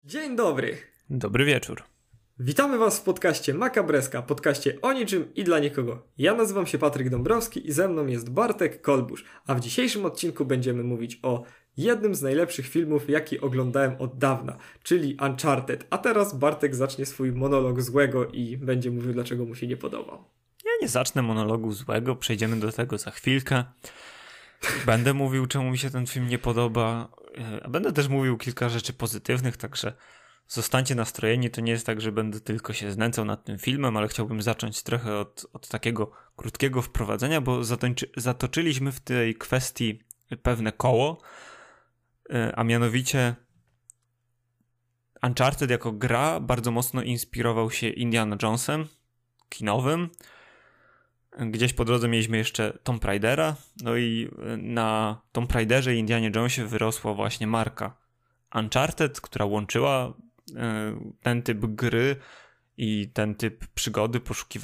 Dzień dobry. Dobry wieczór. Witamy Was w podcaście Makabreska, podcaście o niczym i dla nikogo. Ja nazywam się Patryk Dąbrowski i ze mną jest Bartek Kolbusz, a w dzisiejszym odcinku będziemy mówić o jednym z najlepszych filmów, jaki oglądałem od dawna, czyli Uncharted. A teraz Bartek zacznie swój monolog złego i będzie mówił, dlaczego mu się nie podobał. Ja nie zacznę monologu złego, przejdziemy do tego za chwilkę. Będę mówił, czemu mi się ten film nie podoba, a będę też mówił kilka rzeczy pozytywnych, także zostańcie nastrojeni. To nie jest tak, że będę tylko się znęcał nad tym filmem, ale chciałbym zacząć trochę od takiego krótkiego wprowadzenia, bo zatoczyliśmy w tej kwestii pewne koło, a mianowicie Uncharted jako gra bardzo mocno inspirował się Indiana Jonesem kinowym. Gdzieś po drodze mieliśmy jeszcze Tomb Raidera, no i na Tomb Raiderze i Indianie Jonesie wyrosła właśnie marka Uncharted, która łączyła ten typ gry i ten typ przygody,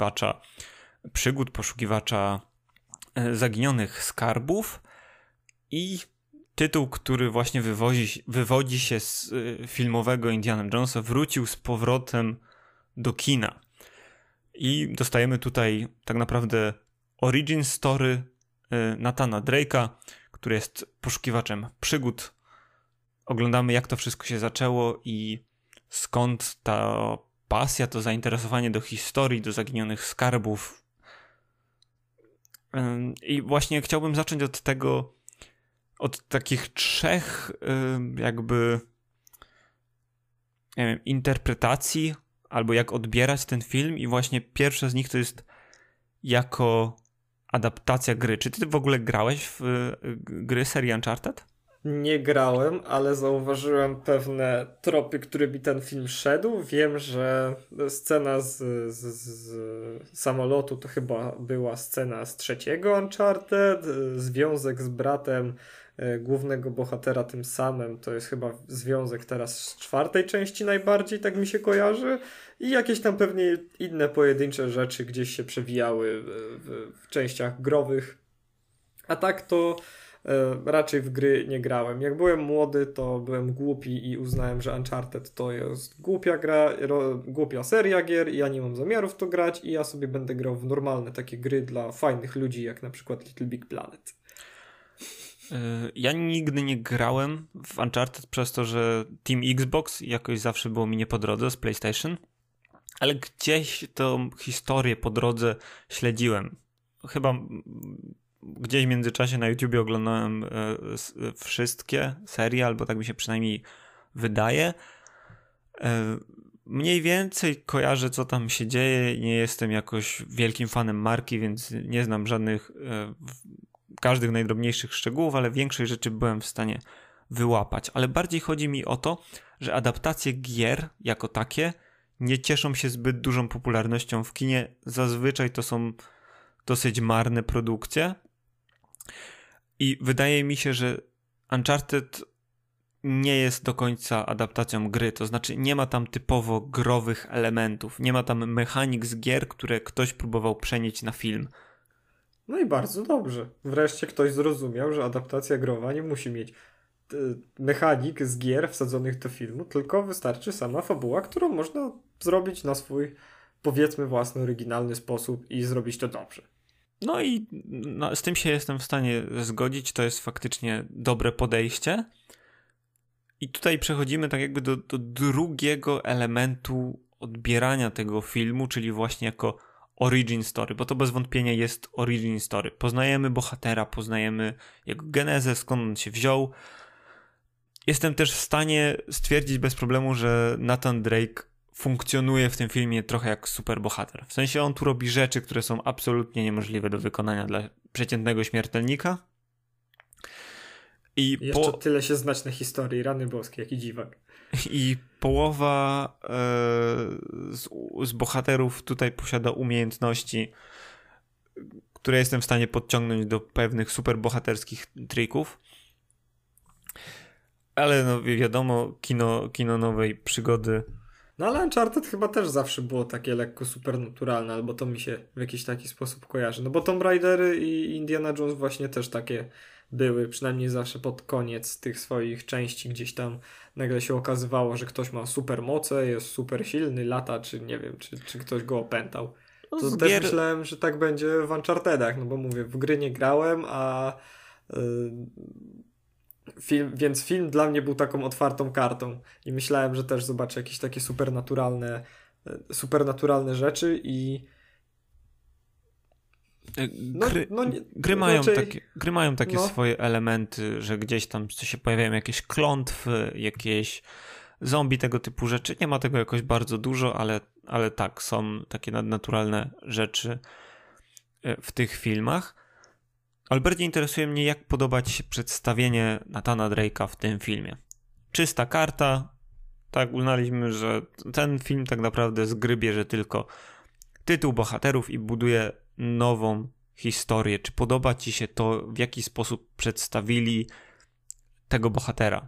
poszukiwacza zaginionych skarbów i tytuł, który właśnie wywodzi się z filmowego Indiana Jonesa, wrócił z powrotem do kina. I dostajemy tutaj tak naprawdę origin story Nathana Drake'a, który jest poszukiwaczem przygód. Oglądamy, jak to wszystko się zaczęło i skąd ta pasja, to zainteresowanie do historii, do zaginionych skarbów. I właśnie chciałbym zacząć od tego, od takich trzech jakby nie wiem, interpretacji, albo jak odbierać ten film, i właśnie pierwsza z nich to jest jako adaptacja gry. Czy ty w ogóle grałeś w gry serii Uncharted? Nie grałem, ale zauważyłem pewne tropy, którymi ten film szedł. Wiem, że scena z samolotu to chyba była scena z trzeciego Uncharted. Związek z bratem głównego bohatera tym samym to jest chyba związek teraz z czwartej części najbardziej, tak mi się kojarzy. I jakieś tam pewnie inne pojedyncze rzeczy gdzieś się przewijały w częściach growych. A tak to raczej w gry nie grałem. Jak byłem młody, to byłem głupi i uznałem, że Uncharted to jest głupia gra, głupia seria gier i ja nie mam zamiaru w to grać i ja sobie będę grał w normalne takie gry dla fajnych ludzi, jak na przykład Little Big Planet. Ja nigdy nie grałem w Uncharted przez to, że Team Xbox jakoś zawsze było mi nie po drodze z PlayStation, ale gdzieś tą historię po drodze śledziłem. Chyba gdzieś w międzyczasie na YouTubie oglądałem wszystkie serie, albo tak mi się przynajmniej wydaje. Mniej więcej kojarzę, co tam się dzieje. Nie jestem jakoś wielkim fanem marki, więc nie znam żadnych każdych najdrobniejszych szczegółów, ale większość rzeczy byłem w stanie wyłapać. Ale bardziej chodzi mi o to, że adaptacje gier jako takie nie cieszą się zbyt dużą popularnością w kinie. Zazwyczaj to są dosyć marne produkcje. I wydaje mi się, że Uncharted nie jest do końca adaptacją gry. To znaczy nie ma tam typowo growych elementów. Nie ma tam mechanik z gier, które ktoś próbował przenieść na film. No i bardzo dobrze. Wreszcie ktoś zrozumiał, że adaptacja growa nie musi mieć mechanik z gier wsadzonych do filmu, tylko wystarczy sama fabuła, którą można zrobić na swój, powiedzmy, własny, oryginalny sposób i zrobić to dobrze. No i z tym się jestem w stanie zgodzić. To jest faktycznie dobre podejście. I tutaj przechodzimy tak jakby do drugiego elementu odbierania tego filmu, czyli właśnie jako origin story, bo to bez wątpienia jest origin story. Poznajemy bohatera, poznajemy jego genezę, skąd on się wziął. Jestem też w stanie stwierdzić bez problemu, że Nathan Drake funkcjonuje w tym filmie trochę jak superbohater. W sensie on tu robi rzeczy, które są absolutnie niemożliwe do wykonania dla przeciętnego śmiertelnika. I jeszcze tyle się znać na historii, rany boskie, jaki dziwak. I połowa z bohaterów tutaj posiada umiejętności, które jestem w stanie podciągnąć do pewnych superbohaterskich trików. Ale no wiadomo, kino nowej przygody. No ale Uncharted chyba też zawsze było takie lekko supernaturalne, albo to mi się w jakiś taki sposób kojarzy. No bo Tomb Raidery i Indiana Jones właśnie też takie były, przynajmniej zawsze pod koniec tych swoich części gdzieś tam nagle się okazywało, że ktoś ma super moce, jest super silny, lata, czy nie wiem, czy ktoś go opętał. To też myślałem, że tak będzie w Unchartedach, no bo mówię, w gry nie grałem, a więc film dla mnie był taką otwartą kartą i myślałem, że też zobaczę jakieś takie supernaturalne rzeczy i Gry mają takie swoje elementy, że gdzieś tam się pojawiają jakieś klątwy, jakieś zombie, tego typu rzeczy. Nie ma tego jakoś bardzo dużo, ale tak, są takie nadnaturalne rzeczy w tych filmach. Ale bardziej interesuje mnie, jak podoba ci się przedstawienie Nathana Drake'a w tym filmie. Czysta karta, tak uznaliśmy, że ten film tak naprawdę z gry bierze tylko tytuł bohaterów i buduje nową historię. Czy podoba ci się to, w jaki sposób przedstawili tego bohatera?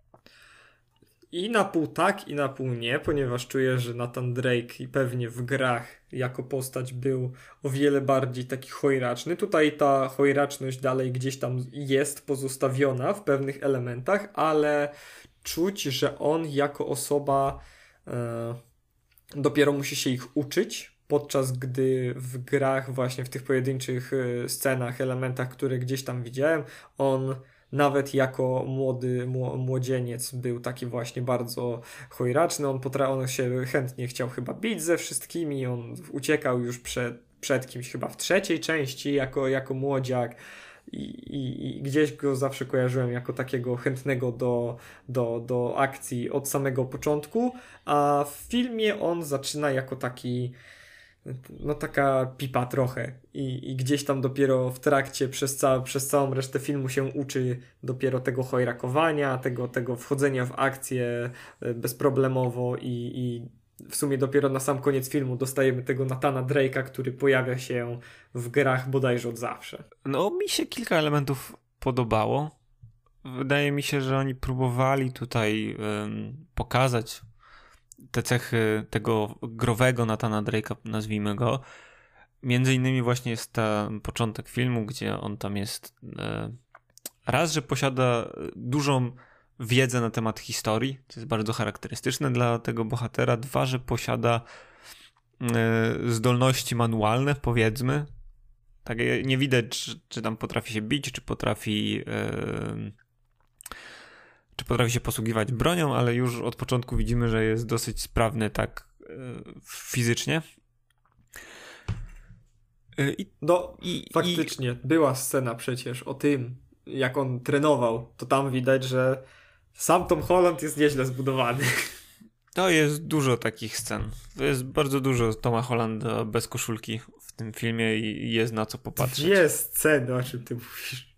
I na pół tak, i na pół nie, ponieważ czuję, że Nathan Drake i pewnie w grach jako postać był o wiele bardziej taki chojraczny. Tutaj ta chojraczność dalej gdzieś tam jest pozostawiona w pewnych elementach, ale czuć, że on jako osoba dopiero musi się ich uczyć, podczas gdy w grach właśnie w tych pojedynczych scenach, elementach, które gdzieś tam widziałem, on nawet jako młodzieniec był taki właśnie bardzo chojraczny, on się chętnie chciał chyba bić ze wszystkimi, on uciekał już przed kimś chyba w trzeciej części jako młodziak i gdzieś go zawsze kojarzyłem jako takiego chętnego do akcji od samego początku, a w filmie on zaczyna jako taki taka pipa trochę i gdzieś tam dopiero w trakcie przez całą resztę filmu się uczy dopiero tego chojrakowania, tego wchodzenia w akcję bezproblemowo i w sumie dopiero na sam koniec filmu dostajemy tego Nathana Drake'a, który pojawia się w grach bodajże od zawsze. No mi się kilka elementów podobało. Wydaje mi się, że oni próbowali tutaj pokazać te cechy tego growego Nathana Drake'a, nazwijmy go. Między innymi właśnie jest ten początek filmu, gdzie on tam jest raz, że posiada dużą wiedzę na temat historii, co jest bardzo charakterystyczne dla tego bohatera. Dwa, że posiada zdolności manualne, powiedzmy. Tak, nie widać, czy tam potrafi się bić, czy potrafi się posługiwać bronią, ale już od początku widzimy, że jest dosyć sprawny tak fizycznie. Faktycznie była scena przecież o tym, jak on trenował, to tam widać, że sam Tom Holland jest nieźle zbudowany. To jest dużo takich scen. To jest bardzo dużo Toma Hollanda bez koszulki w tym filmie i jest na co popatrzeć. Jest sceny, o czym ty mówisz.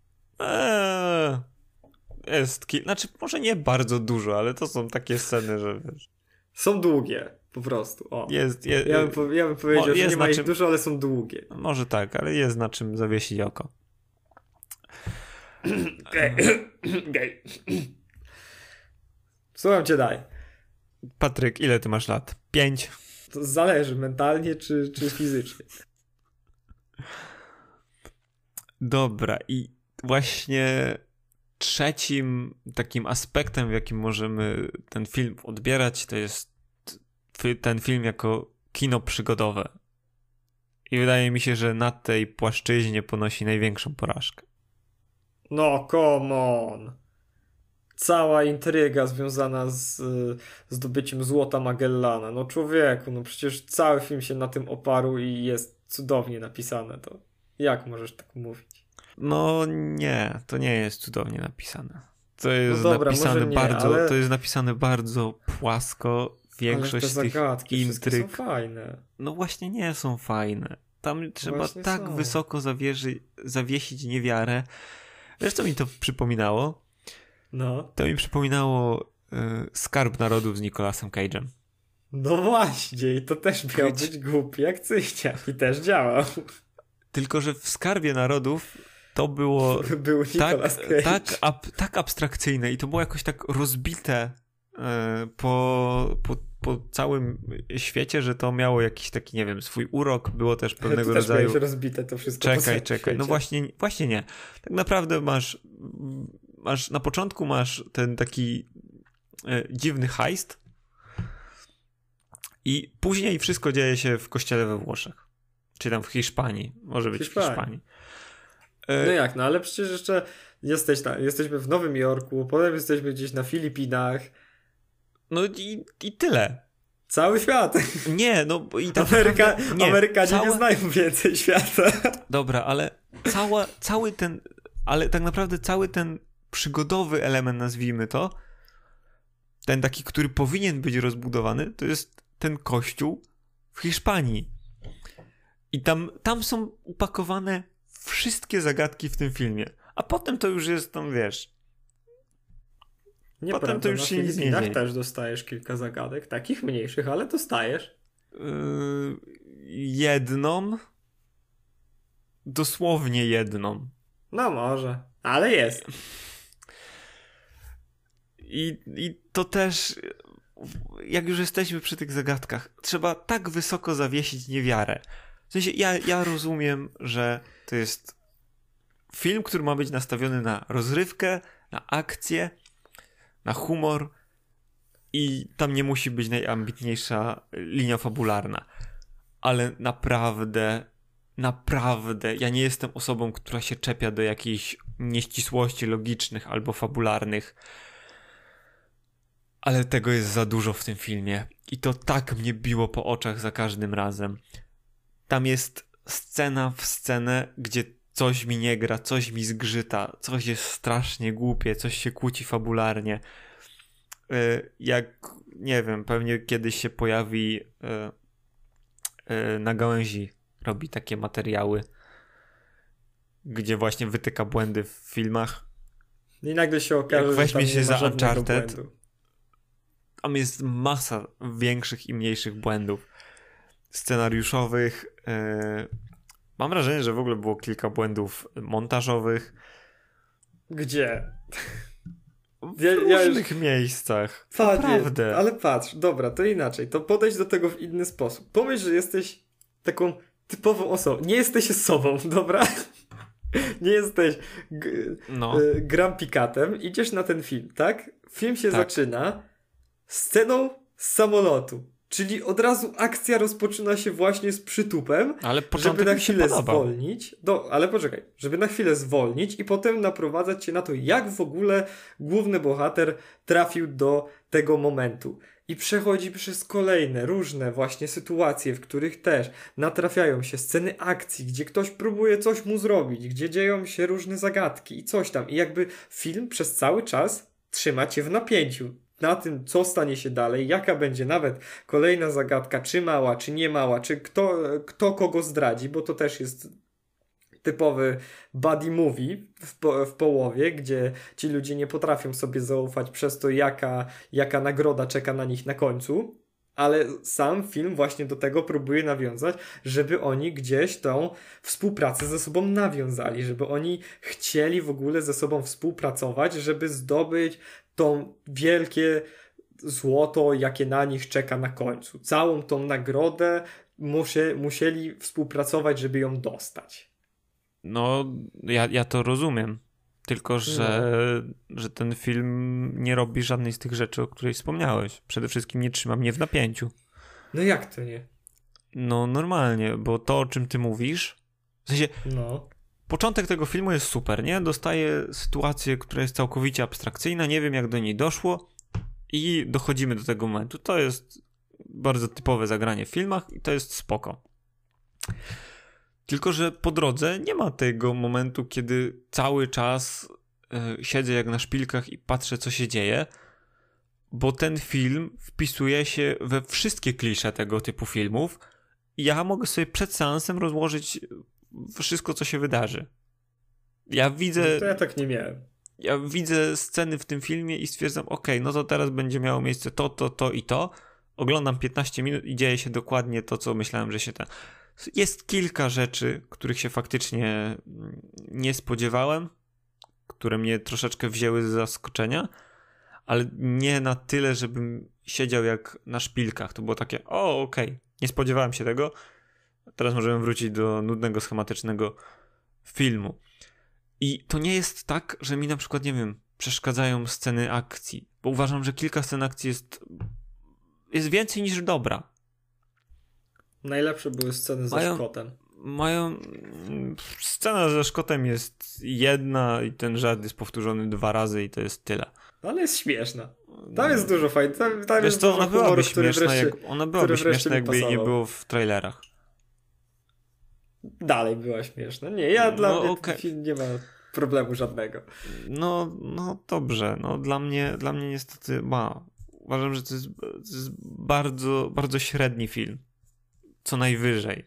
Znaczy może nie bardzo dużo, ale to są takie sceny, że wiesz. Są długie, po prostu. O. Ja bym powiedział, że nie ma ich dużo, ale są długie. Może tak, ale jest na czym zawiesić oko. Gej. Słucham cię, daj. Patryk, ile ty masz lat? 5? To zależy, mentalnie czy fizycznie. Dobra, i właśnie trzecim takim aspektem, w jakim możemy ten film odbierać, to jest ten film jako kino przygodowe. I wydaje mi się, że na tej płaszczyźnie ponosi największą porażkę. No, come on. Cała intryga związana z zdobyciem Złota Magellana. No człowieku, no przecież cały film się na tym oparł i jest cudownie napisane. To jak możesz tak mówić? No nie, to nie jest cudownie napisane. To jest to jest napisane bardzo płasko. Większość z tych intryg są fajne. No właśnie nie są fajne. Tam trzeba właśnie tak wysoko zawiesić niewiarę. Wiesz, co mi to przypominało? No. To mi przypominało Skarb Narodów z Nicolasem Cage'em. No właśnie, i to też miał być głupi jak cyścia i też działał. Tylko, że w Skarbie Narodów to było był tak abstrakcyjne i to było jakoś tak rozbite po po całym świecie, że to miało jakiś taki, nie wiem, swój urok, było też pewnego tu rodzaju... też rozbite to wszystko. Czekaj. No właśnie nie. Tak naprawdę masz na początku masz ten taki dziwny heist i później wszystko dzieje się w kościele we Włoszech. Czy tam w Hiszpanii. Może być w Hiszpanii. No jak, no ale przecież jeszcze jesteśmy w Nowym Jorku, potem jesteśmy gdzieś na Filipinach. No i tyle. Cały świat. Nie, no i tak Amerykanie nie znają więcej świata. Dobra, ale tak naprawdę cały ten przygodowy element, nazwijmy to, ten taki, który powinien być rozbudowany, to jest ten kościół w Hiszpanii. I tam są upakowane wszystkie zagadki w tym filmie. A potem to już jest tam, wiesz... Nieprawda, potem to już się nic nie dzieje. Też dostajesz kilka zagadek, takich mniejszych, ale dostajesz. Jedną. Dosłownie jedną. No może, ale jest. I to też, jak już jesteśmy przy tych zagadkach, trzeba tak wysoko zawiesić niewiarę. W sensie ja rozumiem, że to jest film, który ma być nastawiony na rozrywkę, na akcję, na humor i tam nie musi być najambitniejsza linia fabularna. Ale naprawdę, ja nie jestem osobą, która się czepia do jakichś nieścisłości logicznych albo fabularnych. Ale tego jest za dużo w tym filmie. I to tak mnie biło po oczach za każdym razem. Tam jest scena w scenę, gdzie coś mi nie gra, coś mi zgrzyta, coś jest strasznie głupie, coś się kłóci fabularnie. Jak, nie wiem, pewnie kiedyś się pojawi na gałęzi, robi takie materiały, gdzie właśnie wytyka błędy w filmach. I nagle się okaże, jak weźmie się za Uncharted, błędu. Tam jest masa większych i mniejszych błędów scenariuszowych. Mam wrażenie, że w ogóle było kilka błędów montażowych. Gdzie? W różnych miejscach. Naprawdę. Ale patrz, dobra, to inaczej. To podejdź do tego w inny sposób. Pomyśl, że jesteś taką typową osobą. Nie jesteś sobą, dobra? Nie jesteś Grumpy Catem. Idziesz na ten film, tak? Film się zaczyna sceną z samolotu. Czyli od razu akcja rozpoczyna się właśnie z przytupem, ale żeby na chwilę zwolnić. Ale poczekaj, żeby na chwilę zwolnić i potem naprowadzać cię na to, jak w ogóle główny bohater trafił do tego momentu. I przechodzi przez kolejne różne właśnie sytuacje, w których też natrafiają się sceny akcji, gdzie ktoś próbuje coś mu zrobić, gdzie dzieją się różne zagadki i coś tam. I jakby film przez cały czas trzyma cię w napięciu na tym, co stanie się dalej, jaka będzie nawet kolejna zagadka, czy mała, czy nie mała, czy kto kogo zdradzi, bo to też jest typowy buddy movie w połowie, gdzie ci ludzie nie potrafią sobie zaufać przez to, jaka nagroda czeka na nich na końcu, ale sam film właśnie do tego próbuje nawiązać, żeby oni gdzieś tą współpracę ze sobą nawiązali, żeby oni chcieli w ogóle ze sobą współpracować, żeby zdobyć to wielkie złoto, jakie na nich czeka na końcu. Całą tą nagrodę musieli współpracować, żeby ją dostać. No, ja to rozumiem. Tylko, że ten film nie robi żadnej z tych rzeczy, o której wspomniałeś. Przede wszystkim nie trzyma mnie w napięciu. No jak to nie? No normalnie, bo to, o czym ty mówisz, w sensie początek tego filmu jest super, nie? Dostaję sytuację, która jest całkowicie abstrakcyjna, nie wiem jak do niej doszło i dochodzimy do tego momentu. To jest bardzo typowe zagranie w filmach i to jest spoko. Tylko, że po drodze nie ma tego momentu, kiedy cały czas siedzę jak na szpilkach i patrzę, co się dzieje, bo ten film wpisuje się we wszystkie klisze tego typu filmów i ja mogę sobie przed seansem rozłożyć wszystko, co się wydarzy. Ja widzę... No to ja tak nie miałem. Ja widzę sceny w tym filmie i stwierdzam, no to teraz będzie miało miejsce to i to. Oglądam 15 minut i dzieje się dokładnie to, co myślałem, że się tam... Jest kilka rzeczy, których się faktycznie nie spodziewałem, które mnie troszeczkę wzięły z zaskoczenia, ale nie na tyle, żebym siedział jak na szpilkach. To było takie, okej, nie spodziewałem się tego. Teraz możemy wrócić do nudnego, schematycznego filmu. I to nie jest tak, że mi na przykład, nie wiem, przeszkadzają sceny akcji, bo uważam, że kilka scen akcji jest więcej niż dobra. Najlepsze były sceny ze Szkotem. Scena ze Szkotem jest jedna i ten żart jest powtórzony 2 razy i to jest tyle. Ale jest śmieszna. Tam jest dużo fajnych. Tam jest to dużo ona byłaby humoru, śmieszna, ona byłaby śmieszna, jakby jej nie pasował. było w trailerach. Dalej była śmieszna. Nie, dla mnie ten film nie ma problemu żadnego. No dobrze. No dla mnie niestety uważam, że to jest bardzo, bardzo średni film. Co najwyżej.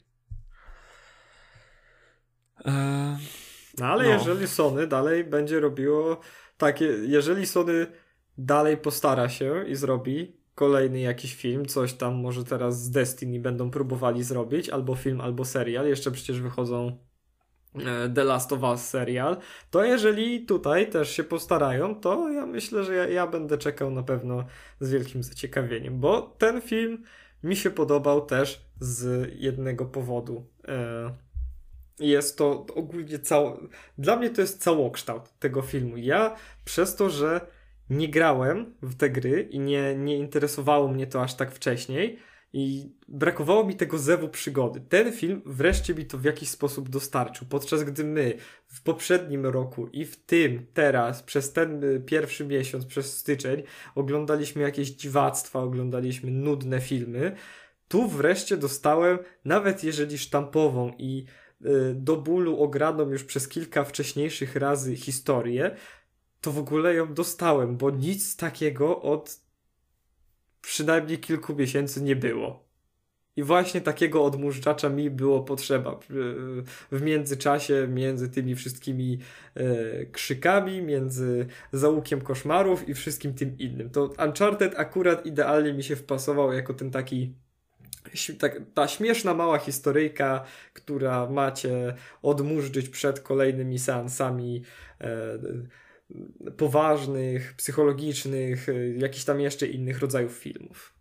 No ale jeżeli Sony dalej będzie robiło takie, jeżeli Sony dalej postara się i zrobi kolejny jakiś film, coś tam może teraz z Destiny będą próbowali zrobić, albo film, albo serial, jeszcze przecież wychodzą The Last of Us serial, to jeżeli tutaj też się postarają, to ja myślę, że ja będę czekał na pewno z wielkim zaciekawieniem, bo ten film mi się podobał też z jednego powodu. Jest to ogólnie dla mnie to jest całokształt tego filmu. Ja przez to, że nie grałem w te gry i nie interesowało mnie to aż tak wcześniej i brakowało mi tego zewu przygody. Ten film wreszcie mi to w jakiś sposób dostarczył, podczas gdy my w poprzednim roku i w tym teraz, przez ten pierwszy miesiąc, przez styczeń oglądaliśmy jakieś dziwactwa, oglądaliśmy nudne filmy. Tu wreszcie dostałem, nawet jeżeli sztampową i do bólu ograną już przez kilka wcześniejszych razy historię, to w ogóle ją dostałem, bo nic takiego od przynajmniej kilku miesięcy nie było. I właśnie takiego odmurzacza mi było potrzeba w międzyczasie, między tymi wszystkimi krzykami, między załukiem koszmarów i wszystkim tym innym. To Uncharted akurat idealnie mi się wpasował jako ten taki ta śmieszna mała historyjka, która macie odmurzyć przed kolejnymi seansami poważnych, psychologicznych, jakichś tam jeszcze innych rodzajów filmów.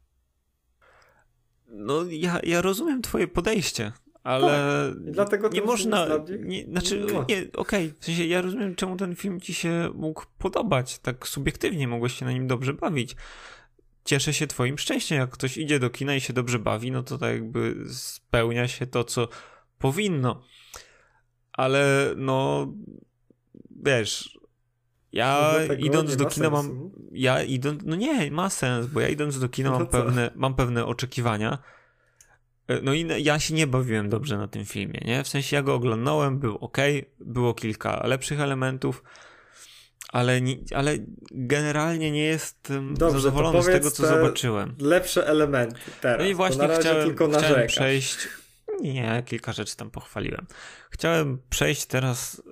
No ja rozumiem twoje podejście, ale dlatego nie można, okej. W sensie ja rozumiem, czemu ten film ci się mógł podobać, tak subiektywnie mogłeś się na nim dobrze bawić. Cieszę się twoim szczęściem, jak ktoś idzie do kina i się dobrze bawi, no to tak jakby spełnia się to, co powinno. Ale no, wiesz, ja idąc do kina ma sens, bo ja idąc do kina mam pewne oczekiwania. No i ja się nie bawiłem dobrze na tym filmie, nie? W sensie ja go oglądałem, był okej, było kilka lepszych elementów, ale generalnie nie jestem zadowolony z tego, co zobaczyłem. Lepsze elementy teraz. No i właśnie chciałem przejść. Nie, kilka rzeczy tam pochwaliłem. Chciałem przejść teraz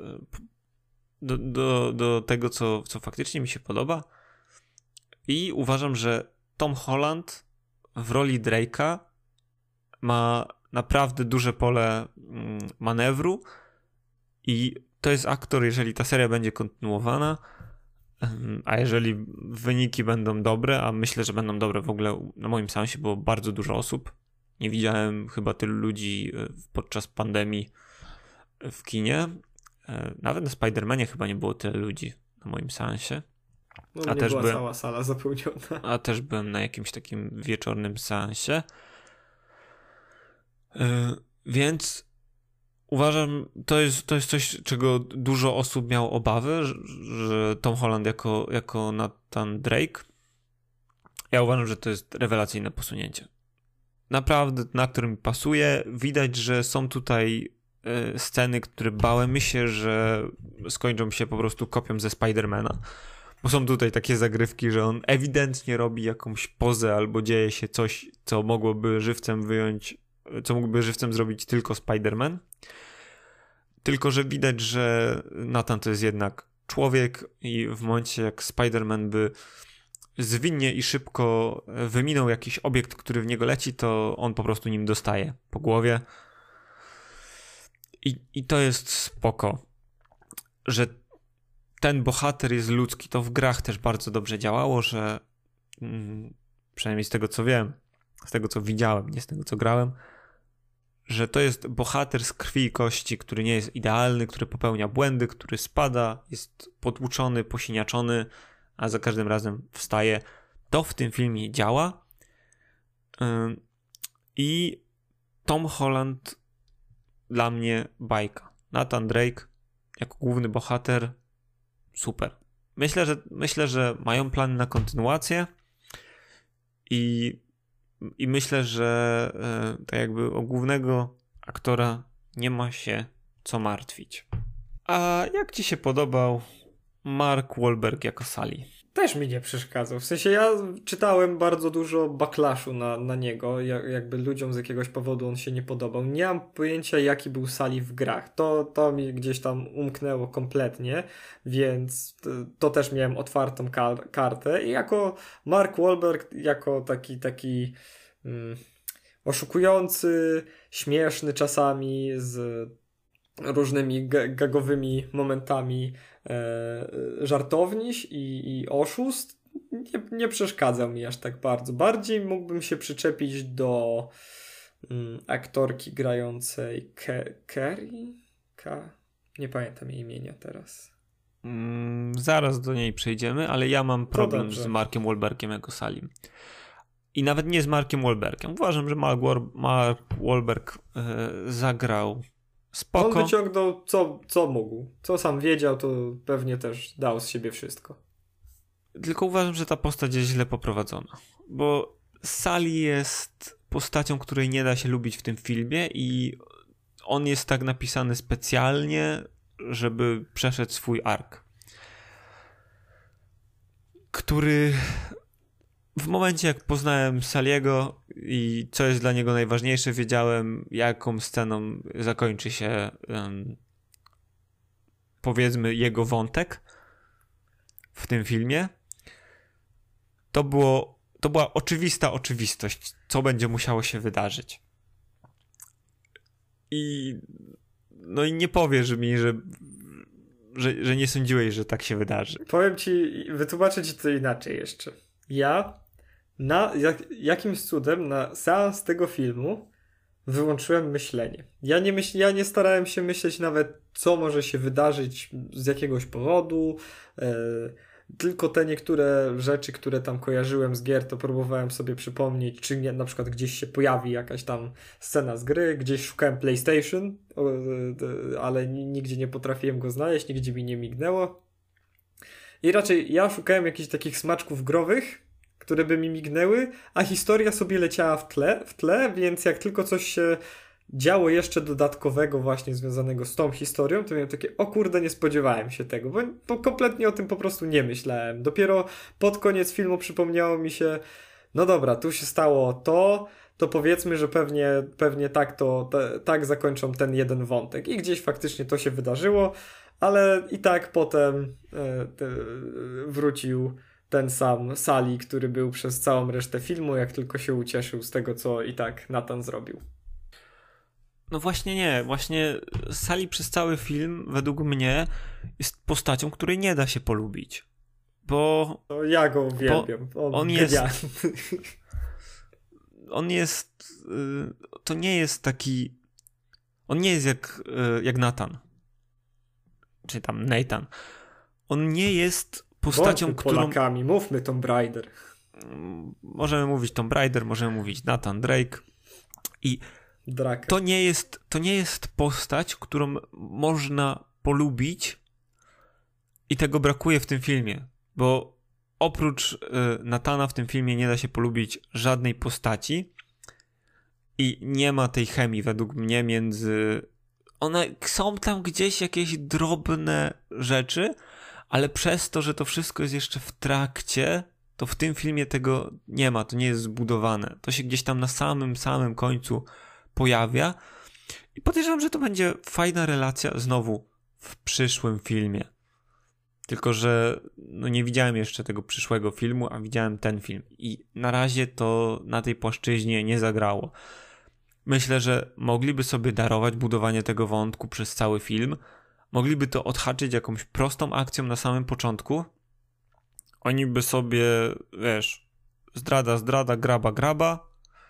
do tego, co faktycznie mi się podoba. I uważam, że Tom Holland w roli Drake'a ma naprawdę duże pole manewru i to jest aktor, jeżeli ta seria będzie kontynuowana, a jeżeli wyniki będą dobre, a myślę, że będą dobre w ogóle, na moim seansie było bardzo dużo osób. Nie widziałem chyba tylu ludzi podczas pandemii w kinie. Nawet na Spider-Manie chyba nie było tyle ludzi na moim seansie. No, nie była cała sala zapełniona. A też byłem na jakimś takim wieczornym seansie. Więc uważam, to jest coś, czego dużo osób miało obawy, że Tom Holland jako Nathan Drake. Ja uważam, że to jest rewelacyjne posunięcie. Naprawdę ten aktor mi pasuje. Widać, że są tutaj sceny, które bałem się, że skończą się po prostu kopią ze Spidermana. Bo są tutaj takie zagrywki, że on ewidentnie robi jakąś pozę albo dzieje się coś, co mogłoby żywcem wyjąć, co mógłby żywcem zrobić tylko Spider-Man. Tylko, że widać, że Nathan to jest jednak człowiek i w momencie jak Spider-Man by zwinnie i szybko wyminął jakiś obiekt, który w niego leci, to on po prostu nim dostaje po głowie. I to jest spoko, że ten bohater jest ludzki. To w grach też bardzo dobrze działało, że przynajmniej z tego co wiem, z tego co widziałem, nie z tego co grałem, że to jest bohater z krwi i kości, który nie jest idealny, który popełnia błędy, który spada, jest potłuczony, posiniaczony, a za każdym razem wstaje. To w tym filmie działa. I Tom Holland dla mnie bajka. Nathan Drake jako główny bohater super. Myślę, że mają plany na kontynuację i myślę, że tak jakby o głównego aktora nie ma się co martwić. A jak ci się podobał Mark Wahlberg jako Sully? Też mi nie przeszkadzał. W sensie ja czytałem bardzo dużo backlashu na niego, jakby ludziom z jakiegoś powodu on się nie podobał. Nie mam pojęcia, jaki był Sully w grach. To mi gdzieś tam umknęło kompletnie, więc to też miałem otwartą kartę. I jako Mark Wahlberg, jako taki oszukujący, śmieszny czasami, z różnymi gagowymi momentami, żartowniś i oszust, nie przeszkadzał mi aż tak bardzo. Bardziej mógłbym się przyczepić do aktorki grającej Carrie? Nie pamiętam jej imienia teraz. Zaraz do niej przejdziemy, ale ja mam problem z Markiem Wahlbergiem jako Sully. I nawet nie z Markiem Wahlbergiem. Uważam, że Mark Wahlberg zagrał spoko. On wyciągnął co mógł. Co sam wiedział, to pewnie też dał z siebie wszystko. Tylko uważam, że ta postać jest źle poprowadzona. Bo Sully jest postacią, której nie da się lubić w tym filmie i on jest tak napisany specjalnie, żeby przeszedł swój ark. Który w momencie, jak poznałem Sully'ego i co jest dla niego najważniejsze, wiedziałem, jaką sceną zakończy się powiedzmy jego wątek w tym filmie. To była oczywista oczywistość, co będzie musiało się wydarzyć. I nie powiesz mi, że nie sądziłeś, że tak się wydarzy. Powiem ci, wytłumaczę ci to inaczej jeszcze. Ja jakimś cudem na seans tego filmu wyłączyłem myślenie. Ja nie starałem się myśleć nawet, co może się wydarzyć z jakiegoś powodu. Tylko te niektóre rzeczy, które tam kojarzyłem z gier, to próbowałem sobie przypomnieć, czy nie, na przykład gdzieś się pojawi jakaś tam scena z gry, gdzieś szukałem PlayStation, ale nigdzie nie potrafiłem go znaleźć, nigdzie mi nie mignęło. I raczej ja szukałem jakichś takich smaczków growych, które by mi mignęły, a historia sobie leciała w tle, więc jak tylko coś się działo jeszcze dodatkowego właśnie związanego z tą historią, to miałem takie, o kurde, nie spodziewałem się tego, bo kompletnie o tym po prostu nie myślałem. Dopiero pod koniec filmu przypomniało mi się, no dobra, tu się stało to powiedzmy, że pewnie tak zakończą ten jeden wątek. I gdzieś faktycznie to się wydarzyło, ale i tak potem wrócił ten sam Sully, który był przez całą resztę filmu, jak tylko się ucieszył z tego, co i tak Nathan zrobił. No właśnie nie. Właśnie Sully przez cały film, według mnie, jest postacią, której nie da się polubić. Bo... To ja go uwielbiam. On jest... To nie jest taki... On nie jest jak Nathan. Czy tam Nathan. On nie jest postacią, bądźmy Polakami, mówmy Tomb Raider. Możemy mówić Tomb Raider, możemy mówić Nathan Drake. I Drake. To nie jest postać, którą można polubić i tego brakuje w tym filmie, bo oprócz Nathana w tym filmie nie da się polubić żadnej postaci i nie ma tej chemii według mnie między... Są tam gdzieś jakieś drobne rzeczy, ale przez to, że to wszystko jest jeszcze w trakcie, to w tym filmie tego nie ma, to nie jest zbudowane. To się gdzieś tam na samym końcu pojawia i podejrzewam, że to będzie fajna relacja znowu w przyszłym filmie. Tylko że nie widziałem jeszcze tego przyszłego filmu, a widziałem ten film i na razie to na tej płaszczyźnie nie zagrało. Myślę, że mogliby sobie darować budowanie tego wątku przez cały film. Mogliby to odhaczyć jakąś prostą akcją na samym początku. Oni by sobie, zdrada, graba.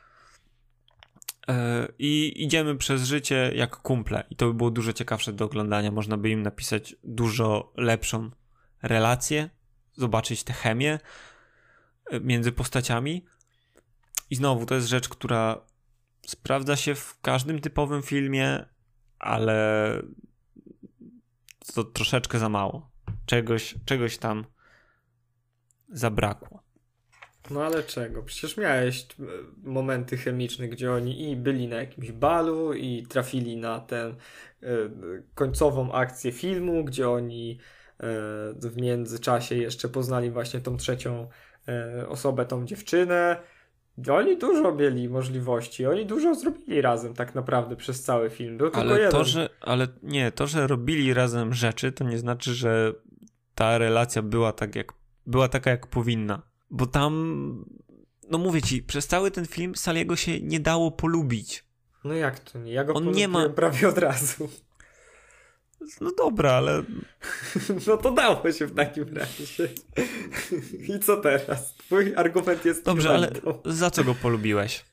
I idziemy przez życie jak kumple. I to by było dużo ciekawsze do oglądania. Można by im napisać dużo lepszą relację, zobaczyć tę chemię między postaciami. I znowu, to jest rzecz, która sprawdza się w każdym typowym filmie, ale to troszeczkę za mało. Czegoś tam zabrakło. No ale czego? Przecież miałeś momenty chemiczne, gdzie oni i byli na jakimś balu i trafili na tę końcową akcję filmu, gdzie oni w międzyczasie jeszcze poznali właśnie tą trzecią osobę, tą dziewczynę. Oni dużo mieli możliwości, oni dużo zrobili razem tak naprawdę przez cały film. Był tylko jeden. To, że robili razem rzeczy, to nie znaczy, że ta relacja była taka jak powinna. Bo tam, no mówię ci, przez cały ten film Sully'ego się nie dało polubić. No jak to nie? Ja go polubiłem prawie od razu. No dobra, ale... No to dało się w takim razie. I co teraz? Twój argument jest... Dobrze, ale za co go polubiłeś?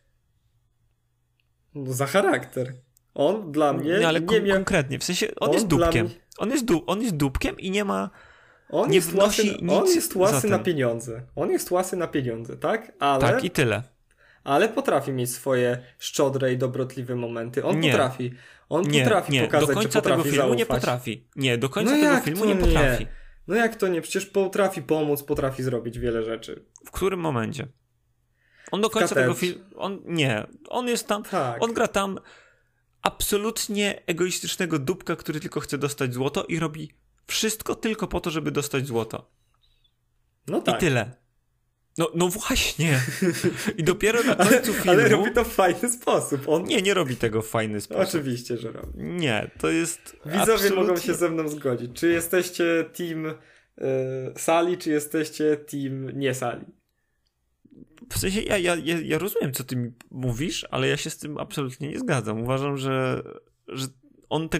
No za charakter. On dla mnie... Nie, ale konkretnie, w sensie on jest dupkiem. Mnie... On jest dupkiem i nie ma... On jest łasy na pieniądze. On jest łasy na pieniądze, tak? Ale... Tak, i tyle. Ale potrafi mieć swoje szczodre i dobrotliwe momenty. On potrafi pokazać, do końca że potrafi tego filmu zaufać. Nie potrafi. Nie, do końca tego filmu nie potrafi. No jak to nie? Przecież potrafi pomóc, potrafi zrobić wiele rzeczy. W którym momencie? On do końca tego filmu... On jest tam... Tak. On gra tam absolutnie egoistycznego dupka, który tylko chce dostać złoto i robi wszystko tylko po to, żeby dostać złoto. No tak. I tyle. No właśnie. I dopiero na końcu filmu... Ale robi to w fajny sposób. Nie robi tego w fajny sposób. Oczywiście, że robi. Nie, to jest Widzowie absolutnie... mogą się ze mną zgodzić. Czy jesteście team Sully, czy jesteście team nie Sully? W sensie ja rozumiem, co ty mi mówisz, ale ja się z tym absolutnie nie zgadzam. Uważam, że on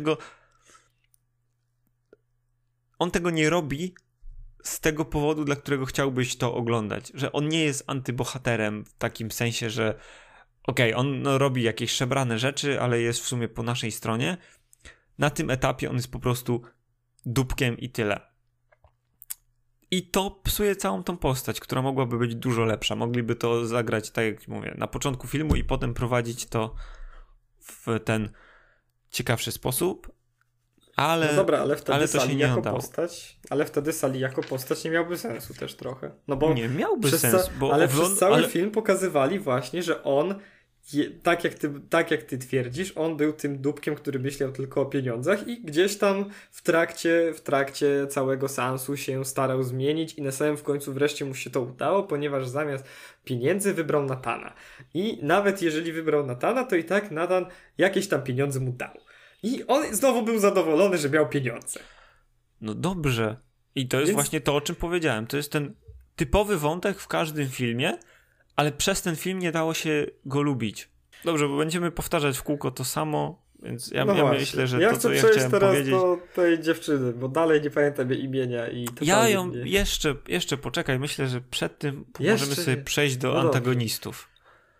tego nie robi z tego powodu, dla którego chciałbyś to oglądać. Że on nie jest antybohaterem w takim sensie, że on robi jakieś szemrane rzeczy, ale jest w sumie po naszej stronie. Na tym etapie on jest po prostu dupkiem i tyle. I to psuje całą tą postać, która mogłaby być dużo lepsza. Mogliby to zagrać, tak jak mówię, na początku filmu i potem prowadzić to w ten ciekawszy sposób. Ale, no dobra, ale wtedy to się nie udało. Ale wtedy Sully jako postać nie miałby sensu też trochę. No bo nie miałby sensu. Przez cały film pokazywali właśnie, że on, tak jak ty twierdzisz, on był tym dupkiem, który myślał tylko o pieniądzach i gdzieś tam w trakcie całego seansu się starał zmienić i na samym w końcu wreszcie mu się to udało, ponieważ zamiast pieniędzy wybrał Nathana. I nawet jeżeli wybrał Nathana, to i tak Nathan jakieś tam pieniądze mu dał. I on znowu był zadowolony, że miał pieniądze. No dobrze. I to jest właśnie to, o czym powiedziałem. To jest ten typowy wątek w każdym filmie, ale przez ten film nie dało się go lubić. Dobrze, bo będziemy powtarzać w kółko to samo, więc ja myślę, że to, co ja chciałem teraz powiedzieć... do tej dziewczyny, bo dalej nie pamiętam jej imienia i to ja ją jeszcze poczekaj, myślę, że przed tym możemy sobie przejść do antagonistów.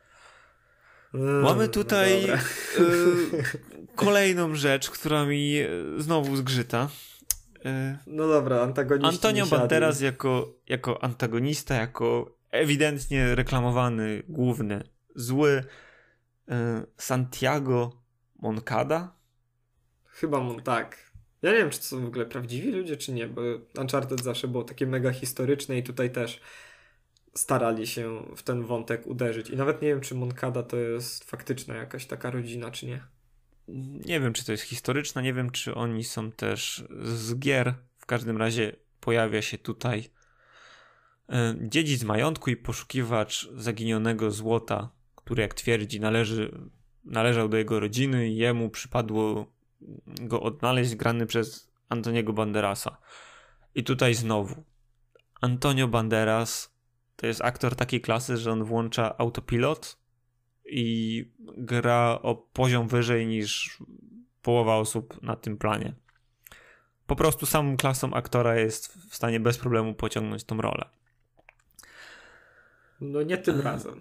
Mamy tutaj kolejną rzecz, która mi znowu zgrzyta. No dobra, antagoniści. Antonio Banderas jako antagonista, jako ewidentnie reklamowany główny zły. Santiago Moncada? Chyba tak. Ja nie wiem, czy to są w ogóle prawdziwi ludzie, czy nie, bo Uncharted zawsze było takie mega historyczne i tutaj też starali się w ten wątek uderzyć. I nawet nie wiem, czy Moncada to jest faktyczna jakaś taka rodzina, czy nie. Nie wiem, czy to jest historyczna, nie wiem, czy oni są też z gier. W każdym razie pojawia się tutaj dziedzic majątku i poszukiwacz zaginionego złota, który, jak twierdzi, należał do jego rodziny i jemu przypadło go odnaleźć, grany przez Antoniego Banderasa. I tutaj znowu Antonio Banderas to jest aktor takiej klasy, że on włącza autopilot i gra o poziom wyżej niż połowa osób na tym planie. Po prostu samą klasą aktora jest w stanie bez problemu pociągnąć tą rolę. No nie tym razem.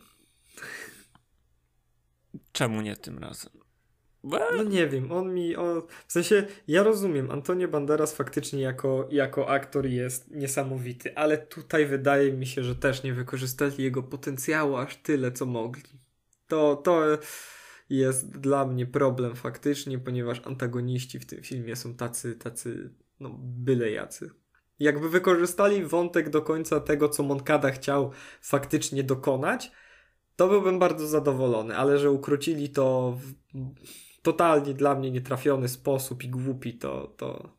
Czemu nie tym razem? No nie wiem, w sensie ja rozumiem, Antonio Banderas faktycznie jako aktor jest niesamowity, ale tutaj wydaje mi się, że też nie wykorzystali jego potencjału aż tyle, co mogli. To jest dla mnie problem faktycznie, ponieważ antagoniści w tym filmie są tacy, no byle jacy. Jakby wykorzystali wątek do końca tego, co Moncada chciał faktycznie dokonać, to byłbym bardzo zadowolony, ale że ukrócili to w totalnie dla mnie nietrafiony sposób i głupi, to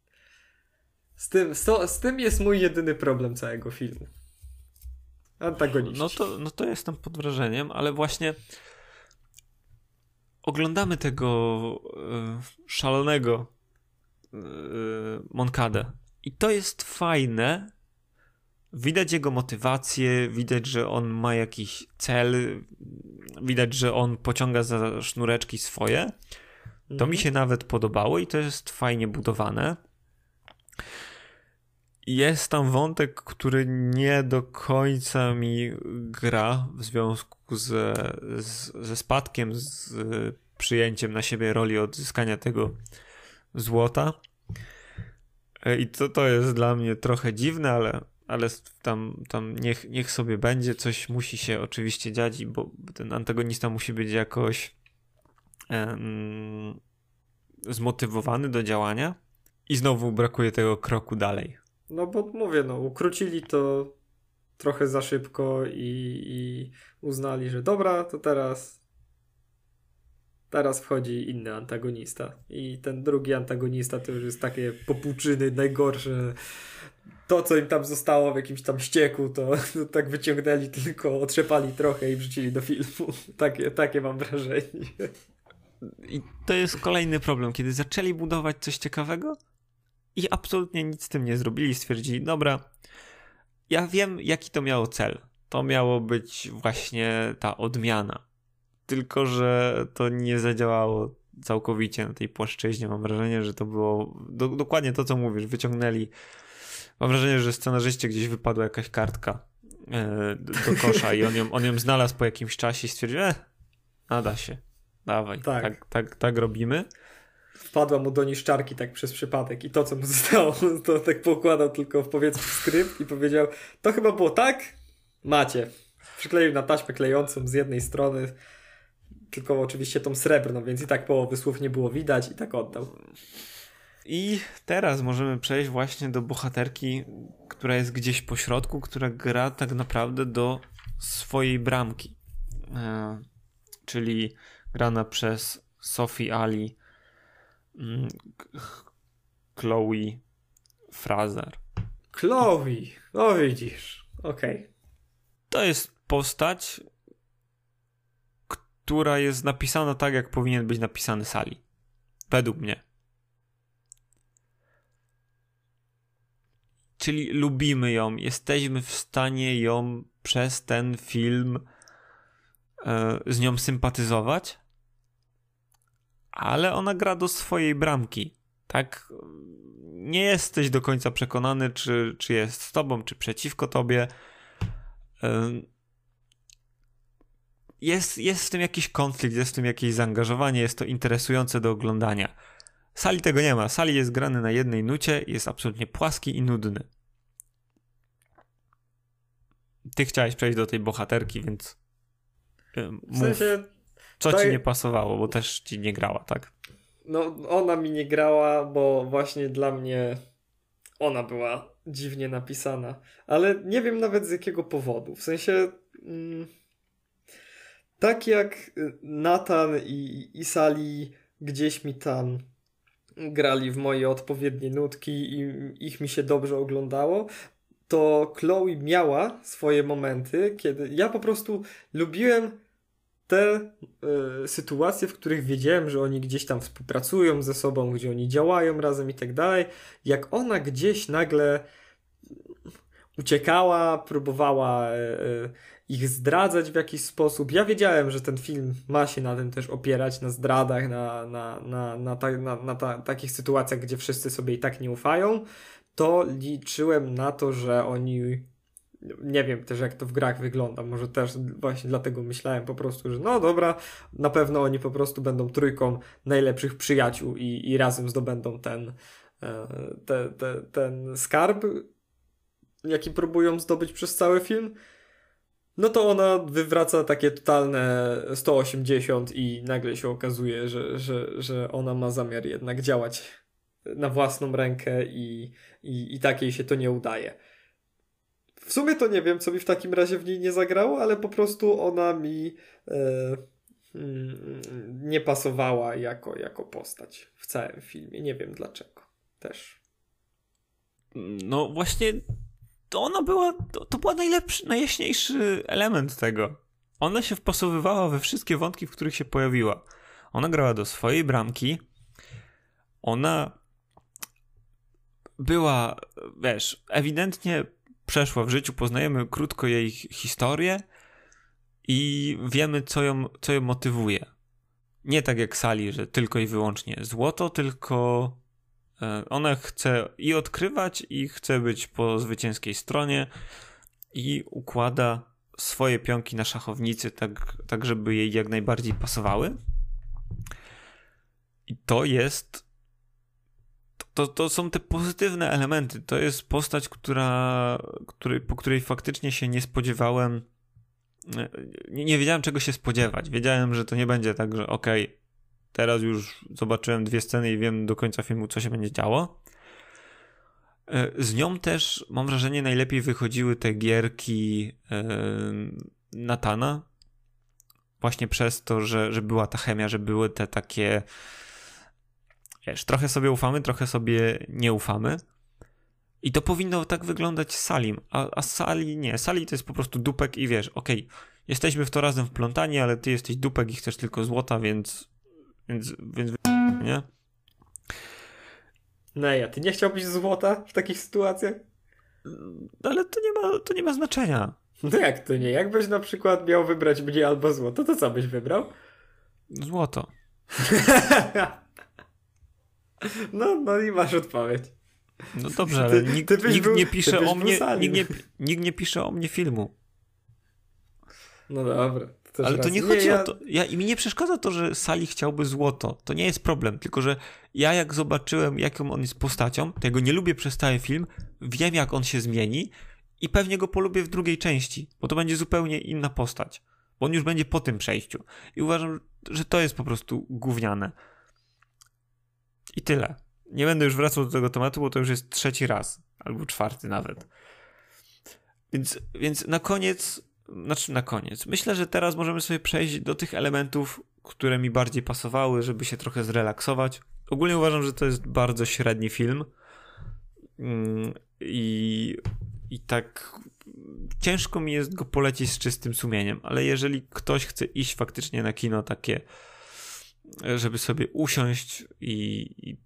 z tym jest mój jedyny problem całego filmu. Antagoniści. No to jestem pod wrażeniem, ale właśnie oglądamy tego szalonego Moncadę i to jest fajne. Widać jego motywację, widać, że on ma jakiś cel, widać, że on pociąga za sznureczki swoje. To mi się nawet podobało i to jest fajnie budowane. Jest tam wątek, który nie do końca mi gra w związku ze spadkiem, z przyjęciem na siebie roli odzyskania tego złota. I to jest dla mnie trochę dziwne, ale tam niech sobie będzie, coś musi się oczywiście dziać, bo ten antagonista musi być jakoś zmotywowany do działania i znowu brakuje tego kroku dalej. No bo mówię, ukrócili to trochę za szybko i uznali, że dobra, to teraz wchodzi inny antagonista i ten drugi antagonista to już jest takie popłuczyny, najgorsze. To, co im tam zostało w jakimś tam ścieku, to tak wyciągnęli, tylko otrzepali trochę i wrzucili do filmu. Takie mam wrażenie. I to jest kolejny problem, kiedy zaczęli budować coś ciekawego i absolutnie nic z tym nie zrobili. Stwierdzili, dobra, ja wiem, jaki to miało cel. To miało być właśnie ta odmiana. Tylko że to nie zadziałało całkowicie na tej płaszczyźnie. Mam wrażenie, że to było dokładnie to, co mówisz. Wyciągnęli. Mam wrażenie, że scenarzyście gdzieś wypadła jakaś kartka do kosza i on ją znalazł po jakimś czasie i stwierdził, nada się, dawaj, tak robimy. Wpadła mu do niszczarki tak przez przypadek i to, co mu zostało, to tak poukładał tylko w powietrzu skrypt i powiedział, to chyba było tak? Macie. Przykleił na taśmę klejącą z jednej strony, tylko oczywiście tą srebrną, więc i tak połowy słów nie było widać i tak oddał. I teraz możemy przejść właśnie do bohaterki, która jest gdzieś po środku, która gra tak naprawdę do swojej bramki. Czyli grana przez Sophie Ali, Chloe Frazer. Chloe, o widzisz, okej. To jest postać, która jest napisana tak, jak powinien być napisany Sally. Według mnie. Czyli lubimy ją, jesteśmy w stanie ją przez ten film z nią sympatyzować, ale ona gra do swojej bramki. Tak? Nie jesteś do końca przekonany, czy jest z tobą, czy przeciwko tobie. Jest w tym jakiś konflikt, jest w tym jakieś zaangażowanie, jest to interesujące do oglądania. Sally tego nie ma. Sally jest grany na jednej nucie, jest absolutnie płaski i nudny. Ty chciałeś przejść do tej bohaterki, więc mów, w sensie, co ci nie pasowało, bo też ci nie grała, tak? No, ona mi nie grała, bo właśnie dla mnie ona była dziwnie napisana. Ale nie wiem nawet z jakiego powodu. W sensie tak jak Nathan i Sally gdzieś mi tam grali w moje odpowiednie nutki i ich mi się dobrze oglądało, to Chloe miała swoje momenty, kiedy ja po prostu lubiłem te sytuacje, w których wiedziałem, że oni gdzieś tam współpracują ze sobą, gdzie oni działają razem i tak dalej. Jak ona gdzieś nagle uciekała, próbowała ich zdradzać w jakiś sposób. Ja wiedziałem, że ten film ma się na tym też opierać, na zdradach, na takich sytuacjach, gdzie wszyscy sobie i tak nie ufają. To liczyłem na to, że oni nie wiem też jak to w grach wygląda, może też właśnie dlatego myślałem po prostu, że no dobra, na pewno oni po prostu będą trójką najlepszych przyjaciół i razem zdobędą ten skarb, jaki próbują zdobyć przez cały film. No to ona wywraca takie totalne 180 i nagle się okazuje, że ona ma zamiar jednak działać na własną rękę i takiej się to nie udaje. W sumie to nie wiem, co mi w takim razie w niej nie zagrało, ale po prostu ona mi nie pasowała jako postać w całym filmie. Nie wiem dlaczego. Też. No właśnie to ona była, to była najjaśniejszy element tego. Ona się wpasowywała we wszystkie wątki, w których się pojawiła. Ona grała do swojej bramki. Ona była, wiesz, ewidentnie przeszła w życiu, poznajemy krótko jej historię i wiemy, co ją motywuje. Nie tak jak Sally, że tylko i wyłącznie złoto, tylko ona chce i odkrywać, i chce być po zwycięskiej stronie i układa swoje pionki na szachownicy tak żeby jej jak najbardziej pasowały. I to jest to są te pozytywne elementy. To jest postać, po której faktycznie się nie spodziewałem. Nie wiedziałem, czego się spodziewać. Wiedziałem, że to nie będzie tak, że okej, teraz już zobaczyłem 2 sceny i wiem do końca filmu, co się będzie działo. Z nią też, mam wrażenie, najlepiej wychodziły te gierki Nathana. Właśnie przez to, że była ta chemia, że były te takie... Wiesz, trochę sobie ufamy, trochę sobie nie ufamy. I to powinno tak wyglądać z Salim. A Sally nie. Sally to jest po prostu dupek i wiesz, okej, jesteśmy w to razem wplątani, ale ty jesteś dupek i chcesz tylko złota, więc nie? No ja, ty nie chciałbyś złota w takich sytuacjach? Ale to nie ma znaczenia. No jak to nie? Jakbyś na przykład miał wybrać mnie albo złoto, to co byś wybrał? Złoto. No i masz odpowiedź. No dobrze, ale nikt nie pisze o mnie, nikt nie pisze o mnie filmu. No dobra. Ale to nie chodzi o to. I mi nie przeszkadza to, że Sally chciałby złoto. To nie jest problem. Tylko, że ja jak zobaczyłem, jaką on jest postacią, to ja go nie lubię przez cały film, wiem jak on się zmieni i pewnie go polubię w drugiej części, bo to będzie zupełnie inna postać. Bo on już będzie po tym przejściu. I uważam, że to jest po prostu gówniane. I tyle. Nie będę już wracał do tego tematu, bo to już jest 3. raz. Albo 4 nawet. Więc na koniec... Myślę, że teraz możemy sobie przejść do tych elementów, które mi bardziej pasowały, żeby się trochę zrelaksować. Ogólnie uważam, że to jest bardzo średni film. I tak ciężko mi jest go polecić z czystym sumieniem, ale jeżeli ktoś chce iść faktycznie na kino takie, żeby sobie usiąść i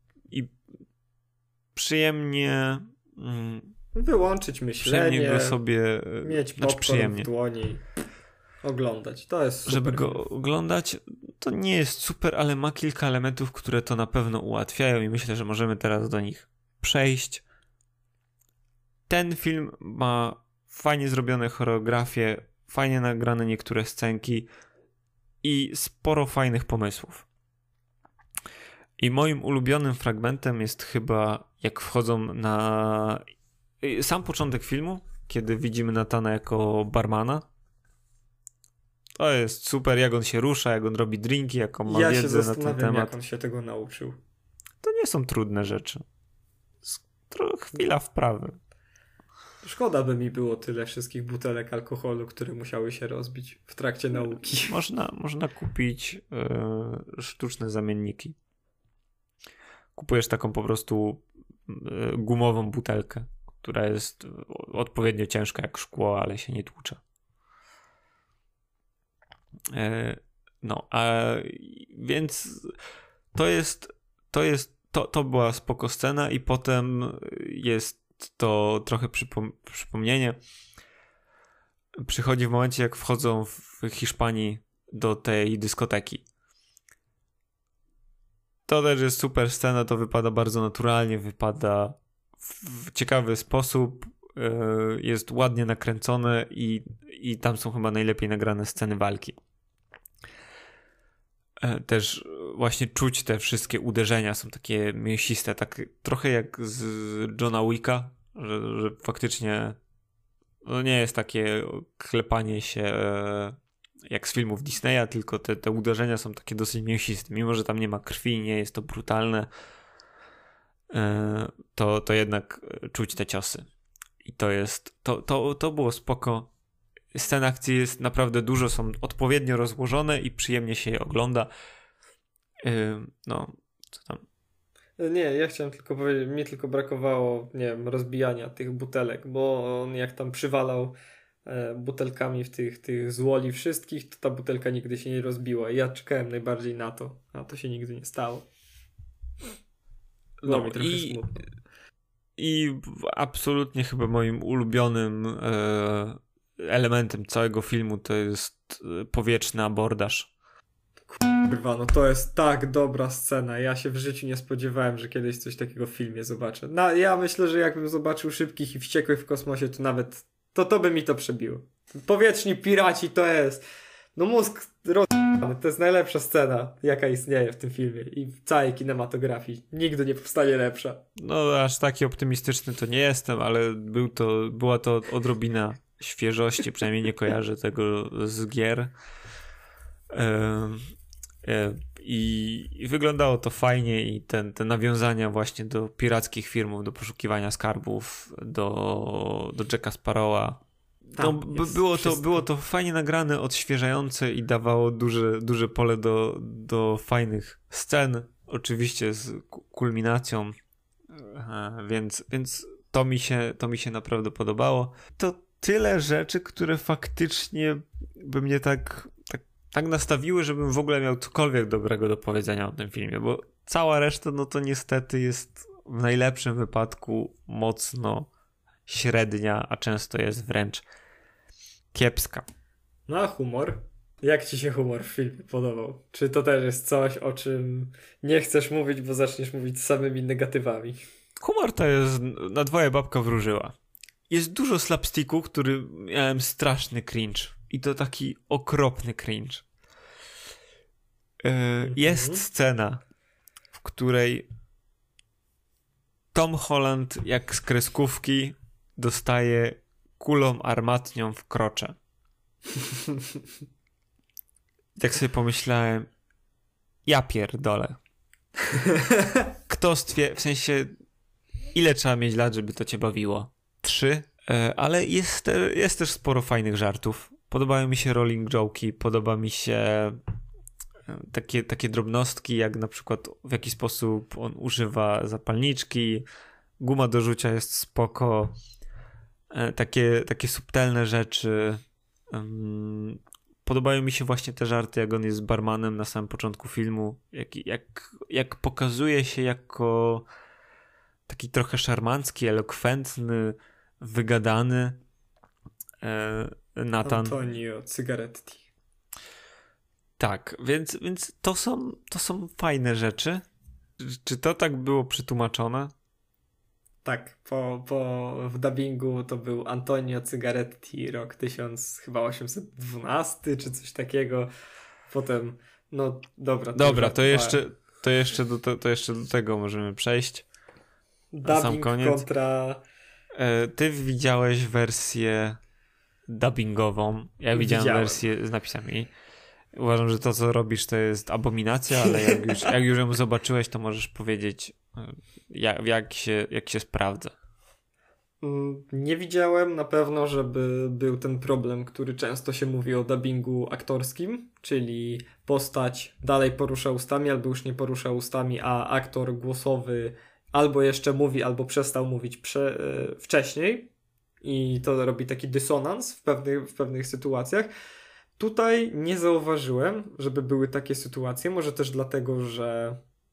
przyjemnie wyłączyć myślenie, przyjemnie go sobie mieć popcorn w dłoni, oglądać. To jest super. Żeby go oglądać, to nie jest super, ale ma kilka elementów, które to na pewno ułatwiają i myślę, że możemy teraz do nich przejść. Ten film ma fajnie zrobione choreografie, fajnie nagrane niektóre scenki i sporo fajnych pomysłów. I moim ulubionym fragmentem jest chyba jak wchodzą na sam początek filmu, kiedy widzimy Nathana jako barmana. To jest super, jak on się rusza, jak on robi drinki, jak on ma wiedzę na ten temat. Jak on się tego nauczył. To nie są trudne rzeczy. Chwila wprawy. Szkoda by mi było tyle wszystkich butelek alkoholu, które musiały się rozbić w trakcie nauki. Można kupić sztuczne zamienniki. Kupujesz taką po prostu gumową butelkę, która jest odpowiednio ciężka jak szkło, ale się nie tłucze. Więc to była spoko scena i potem jest to trochę przypomnienie. Przychodzi w momencie, jak wchodzą w Hiszpanii do tej dyskoteki. To też jest super scena, to wypada bardzo naturalnie, wypada w ciekawy sposób. jest ładnie nakręcone i tam są chyba najlepiej nagrane sceny walki. Też właśnie czuć te wszystkie uderzenia, są takie mięsiste, tak trochę jak z Johna Wicka, że faktycznie no nie jest takie klepanie się jak z filmów Disneya, tylko te uderzenia są takie dosyć mięsiste. Mimo że tam nie ma krwi, nie jest to brutalne, to jednak czuć te ciosy. I to było spoko. Scen akcji jest naprawdę dużo, są odpowiednio rozłożone i przyjemnie się je ogląda. No, co tam? Nie, ja chciałem tylko powiedzieć, mi tylko brakowało, nie wiem, rozbijania tych butelek, bo on jak tam przywalał butelkami w tych złoli wszystkich, to ta butelka nigdy się nie rozbiła. Ja czekałem najbardziej na to, a to się nigdy nie stało. No mi trochę smutno. I absolutnie chyba moim ulubionym elementem całego filmu to jest powietrzny abordaż. Kurwa, no to jest tak dobra scena. Ja się w życiu nie spodziewałem, że kiedyś coś takiego w filmie zobaczę. Ja myślę, że jakbym zobaczył Szybkich i Wściekłych w kosmosie, to nawet to by mi to przebiło. Powietrzni piraci to jest no mózg rozjebany. To jest najlepsza scena, jaka istnieje w tym filmie i w całej kinematografii. Nigdy nie powstanie lepsza. No aż taki optymistyczny to nie jestem, ale była to odrobina świeżości, przynajmniej nie kojarzę tego z gier. I wyglądało to fajnie i te nawiązania właśnie do pirackich filmów, do poszukiwania skarbów, do Jacka Sparrowa. No, było to fajnie nagrane, odświeżające i dawało duże pole do fajnych scen, oczywiście z kulminacją, więc to mi się naprawdę podobało. To tyle rzeczy, które faktycznie by mnie tak nastawiły, żebym w ogóle miał cokolwiek dobrego do powiedzenia o tym filmie, bo cała reszta, no to niestety jest w najlepszym wypadku mocno średnia, a często jest wręcz kiepska. No a humor? Jak ci się humor w filmie podobał? Czy to też jest coś, o czym nie chcesz mówić, bo zaczniesz mówić samymi negatywami? Humor to jest na dwoje babka wróżyła. Jest dużo slapsticku, który miałem straszny cringe. I to taki okropny cringe. Jest scena, w której Tom Holland jak z kreskówki dostaje kulą armatnią w krocze. Tak sobie pomyślałem, ja pierdolę. W sensie, ile trzeba mieć lat, żeby to cię bawiło? 3? Ale jest też sporo fajnych żartów. Podobają mi się rolling joke'i, podoba mi się takie drobnostki, jak na przykład w jaki sposób on używa zapalniczki, guma do rzucia jest spoko, takie subtelne rzeczy. Podobają mi się właśnie te żarty, jak on jest barmanem na samym początku filmu, jak pokazuje się jako taki trochę szarmancki, elokwentny, wygadany Nathan. Antonio Cigaretti. Tak, więc to są fajne rzeczy. Czy to tak było przetłumaczone? Tak, w dubbingu to był Antonio Cigaretti, rok 1812 czy coś takiego. Potem, no dobra. Dobra, to jeszcze do tego możemy przejść. Dubbing na sam koniec. Kontra... Ty widziałeś wersję dubbingową. Ja widziałem wersję z napisami. Uważam, że to, co robisz, to jest abominacja, ale jak już ją zobaczyłeś, to możesz powiedzieć, jak się sprawdza. Nie widziałem na pewno, żeby był ten problem, który często się mówi o dubbingu aktorskim, czyli postać dalej porusza ustami, albo już nie porusza ustami, a aktor głosowy albo jeszcze mówi, albo przestał mówić wcześniej i to robi taki dysonans w pewnych sytuacjach. Tutaj nie zauważyłem, żeby były takie sytuacje, może też dlatego, że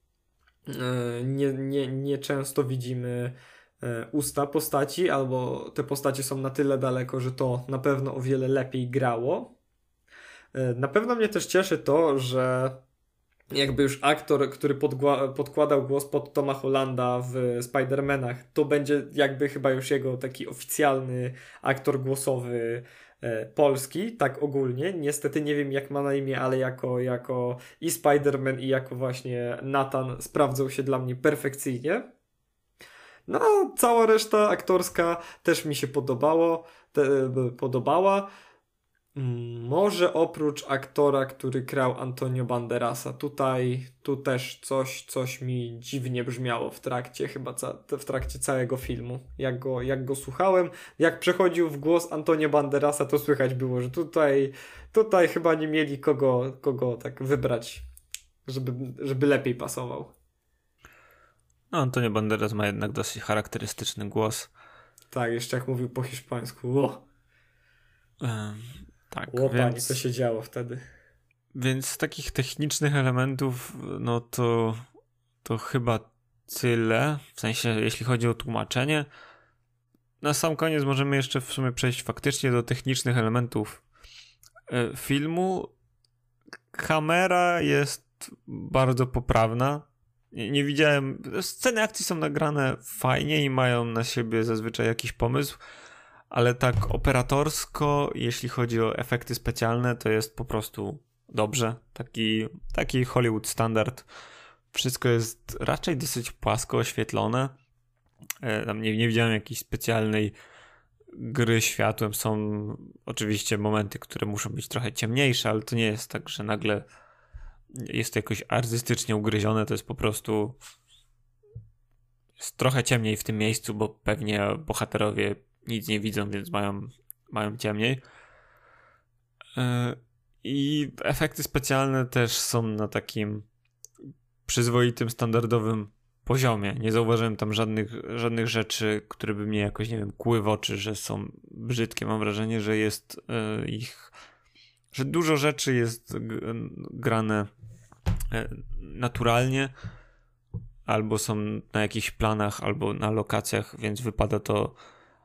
nie często widzimy usta postaci, albo te postacie są na tyle daleko, że to na pewno o wiele lepiej grało. Na pewno mnie też cieszy to, że jakby już aktor, który podkładał głos pod Toma Hollanda w Spider-Manach, to będzie jakby chyba już jego taki oficjalny aktor głosowy polski, tak ogólnie. Niestety nie wiem jak ma na imię, ale jako i Spider-Man i jako właśnie Nathan sprawdzał się dla mnie perfekcyjnie. No, a cała reszta aktorska też mi się podobała. Może oprócz aktora, który grał Antonio Banderasa. Tu też coś mi dziwnie brzmiało w trakcie całego filmu. Jak go słuchałem, jak przechodził w głos Antonio Banderasa, to słychać było, że tutaj chyba nie mieli kogo tak wybrać, żeby lepiej pasował. No, Antonio Banderas ma jednak dosyć charakterystyczny głos. Tak, jeszcze jak mówił po hiszpańsku. Tak, Łopanie, co się działo wtedy. Więc z takich technicznych elementów, no to chyba tyle. W sensie, jeśli chodzi o tłumaczenie. Na sam koniec możemy jeszcze w sumie przejść faktycznie do technicznych elementów filmu. Kamera jest bardzo poprawna. Nie widziałem... Sceny akcji są nagrane fajnie i mają na siebie zazwyczaj jakiś pomysł, ale tak operatorsko, jeśli chodzi o efekty specjalne, to jest po prostu dobrze. Taki Hollywood standard. Wszystko jest raczej dosyć płasko oświetlone. Tam nie widziałem jakiejś specjalnej gry światłem. Są oczywiście momenty, które muszą być trochę ciemniejsze, ale to nie jest tak, że nagle jest to jakoś artystycznie ugryzione. To jest po prostu jest trochę ciemniej w tym miejscu, bo pewnie bohaterowie nic nie widzą, więc mają ciemniej. I efekty specjalne też są na takim przyzwoitym, standardowym poziomie. Nie zauważyłem tam żadnych rzeczy, które by mnie jakoś, nie wiem, kłuły w oczy, że są brzydkie. Mam wrażenie, że jest że dużo rzeczy jest grane naturalnie, albo są na jakichś planach, albo na lokacjach, więc wypada to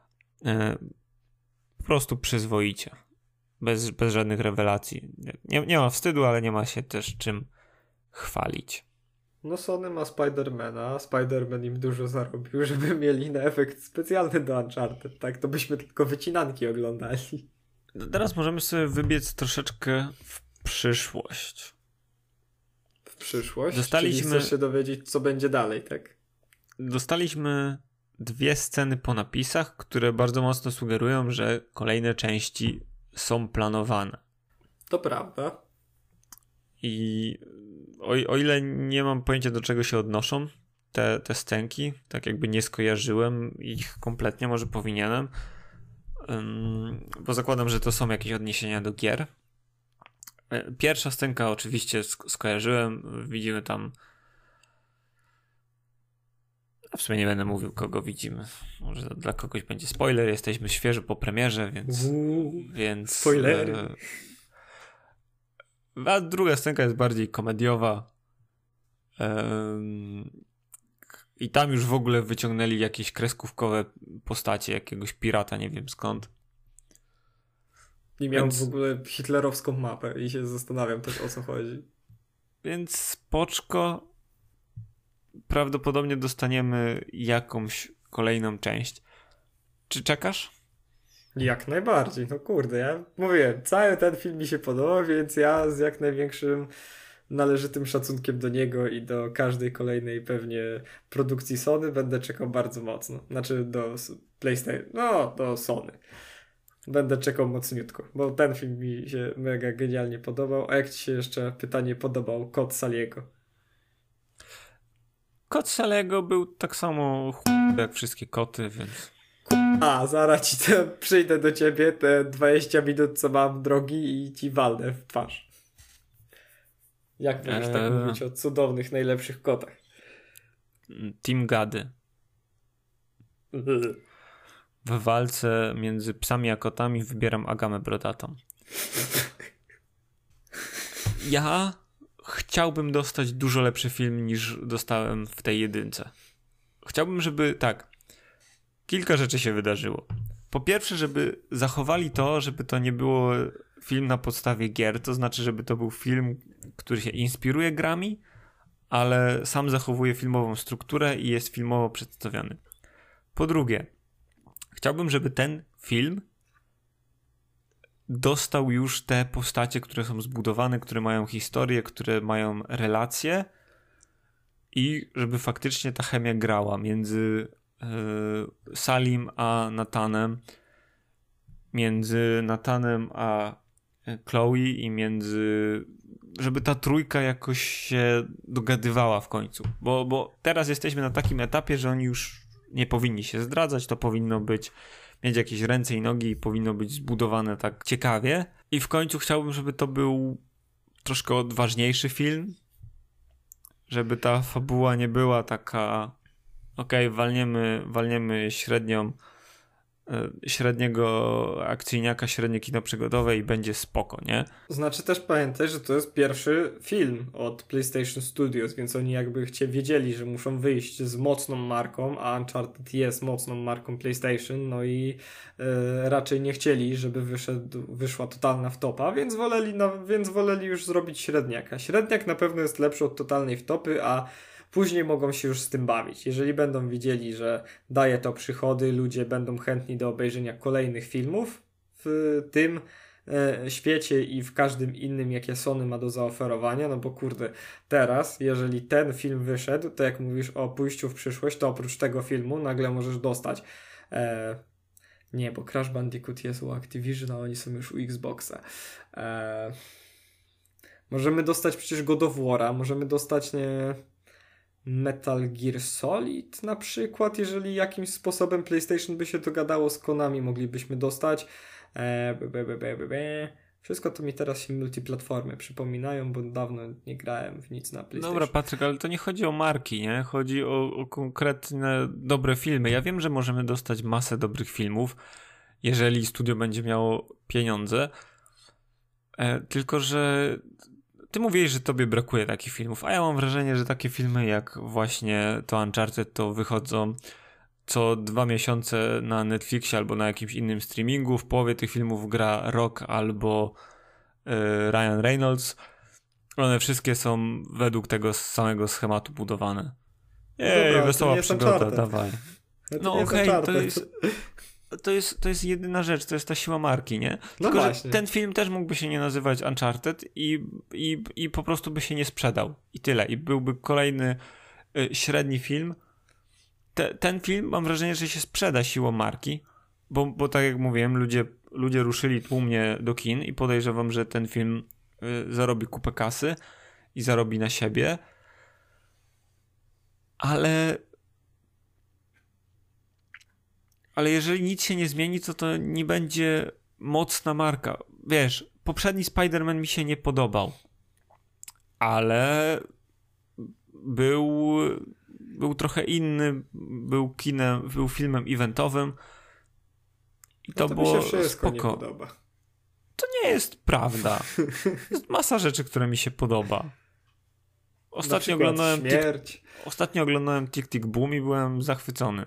po prostu przyzwoicie. Bez żadnych rewelacji. Nie ma wstydu, ale nie ma się też czym chwalić. No Sony ma Spidermana, Spider-Man im dużo zarobił, żeby mieli na efekt specjalny do Uncharted, tak? To byśmy tylko wycinanki oglądali. Teraz możemy sobie wybiec troszeczkę w przyszłość. W przyszłość? Czyli chcesz się dowiedzieć, co będzie dalej, tak? Dostaliśmy 2 sceny po napisach, które bardzo mocno sugerują, że kolejne części są planowane. To prawda. I o ile nie mam pojęcia, do czego się odnoszą te scenki, tak jakby nie skojarzyłem ich kompletnie, może powinienem, bo zakładam, że to są jakieś odniesienia do gier. Pierwsza scenka oczywiście skojarzyłem, widzimy tam, a w sumie nie będę mówił, kogo widzimy. Może dla kogoś będzie spoiler, jesteśmy świeżo po premierze, więc spoilery. A druga scenka jest bardziej komediowa. I tam już w ogóle wyciągnęli jakieś kreskówkowe postacie, jakiegoś pirata, nie wiem skąd. I miał w ogóle hitlerowską mapę i się zastanawiam też, o co chodzi. Więc spoczko. Prawdopodobnie dostaniemy jakąś kolejną część. Czy czekasz? Jak najbardziej, no kurde, ja mówię, cały ten film mi się podoba, więc ja z jak największym należytym szacunkiem do niego i do każdej kolejnej pewnie produkcji Sony będę czekał bardzo mocno. Znaczy do PlayStation, no do Sony. Będę czekał mocniutko, bo ten film mi się mega genialnie podobał. A jak ci się jeszcze pytanie podobał Kot Saliego? Kot Saliego był tak samo jak wszystkie koty, więc... A, zaraz przyjdę do ciebie te 20 minut, co mam drogi i ci walnę w twarz. Jak możesz tak mówić o cudownych, najlepszych kotach? Team Gady. W walce między psami a kotami wybieram Agamę Brodatą. Ja chciałbym dostać dużo lepszy film niż dostałem w tej jedynce. Chciałbym, żeby kilka rzeczy się wydarzyło. Po pierwsze, żeby zachowali to, żeby to nie było film na podstawie gier, to znaczy, żeby to był film, który się inspiruje grami, ale sam zachowuje filmową strukturę i jest filmowo przedstawiony. Po drugie, chciałbym, żeby ten film dostał już te postacie, które są zbudowane, które mają historię, które mają relacje i żeby faktycznie ta chemia grała między Salim a Nathanem, między Nathanem a Chloe i żeby ta trójka jakoś się dogadywała w końcu. Bo teraz jesteśmy na takim etapie, że oni już nie powinni się zdradzać, to powinno mieć jakieś ręce i nogi i powinno być zbudowane tak ciekawie. I w końcu chciałbym, żeby to był troszkę odważniejszy film, żeby ta fabuła nie była taka walniemy średniego akcyjniaka, średnie kino przygodowe i będzie spoko, nie? Znaczy też pamiętaj, że to jest pierwszy film od PlayStation Studios, więc oni jakby wiedzieli, że muszą wyjść z mocną marką, a Uncharted jest mocną marką PlayStation, no i raczej nie chcieli, żeby wyszła totalna wtopa, więc woleli już zrobić średniaka. Średniak na pewno jest lepszy od totalnej wtopy, a później mogą się już z tym bawić. Jeżeli będą widzieli, że daje to przychody, ludzie będą chętni do obejrzenia kolejnych filmów w tym świecie i w każdym innym, jakie Sony ma do zaoferowania, no bo kurde, teraz, jeżeli ten film wyszedł, to jak mówisz o pójściu w przyszłość, to oprócz tego filmu nagle możesz dostać nie, bo Crash Bandicoot jest u Activision, a oni są już u Xboxa. Możemy dostać przecież God of War'a, możemy dostać Metal Gear Solid na przykład, jeżeli jakimś sposobem PlayStation by się dogadało z Konami, moglibyśmy dostać. Wszystko to mi teraz się multiplatformy przypominają, bo dawno nie grałem w nic na PlayStation. Dobra, Patryk, ale to nie chodzi o marki, nie? Chodzi o konkretne dobre filmy. Ja wiem, że możemy dostać masę dobrych filmów, jeżeli studio będzie miało pieniądze, tylko że ty mówiłeś, że tobie brakuje takich filmów, a ja mam wrażenie, że takie filmy jak właśnie to Uncharted to wychodzą co 2 miesiące na Netflixie albo na jakimś innym streamingu. W połowie tych filmów gra Rock albo Ryan Reynolds. One wszystkie są według tego samego schematu budowane. Dobra, wesoła przygoda, dawaj. No okej, to jest jedyna rzecz, to jest ta siła marki, nie? No tylko, właśnie. że ten film też mógłby się nie nazywać Uncharted i po prostu by się nie sprzedał. I tyle. I byłby kolejny średni film. Ten film mam wrażenie, że się sprzeda siłą marki, bo tak jak mówiłem, ludzie ruszyli tłumnie do kin i podejrzewam, że ten film zarobi kupę kasy i zarobi na siebie. Ale jeżeli nic się nie zmieni, to nie będzie mocna marka. Wiesz, poprzedni Spider-Man mi się nie podobał, ale był trochę inny, był filmem eventowym i to było mi się wszystko spoko. Nie podoba. To nie jest prawda. Jest masa rzeczy, które mi się podoba. Ostatnio oglądałem Tick Tick Boom i byłem zachwycony.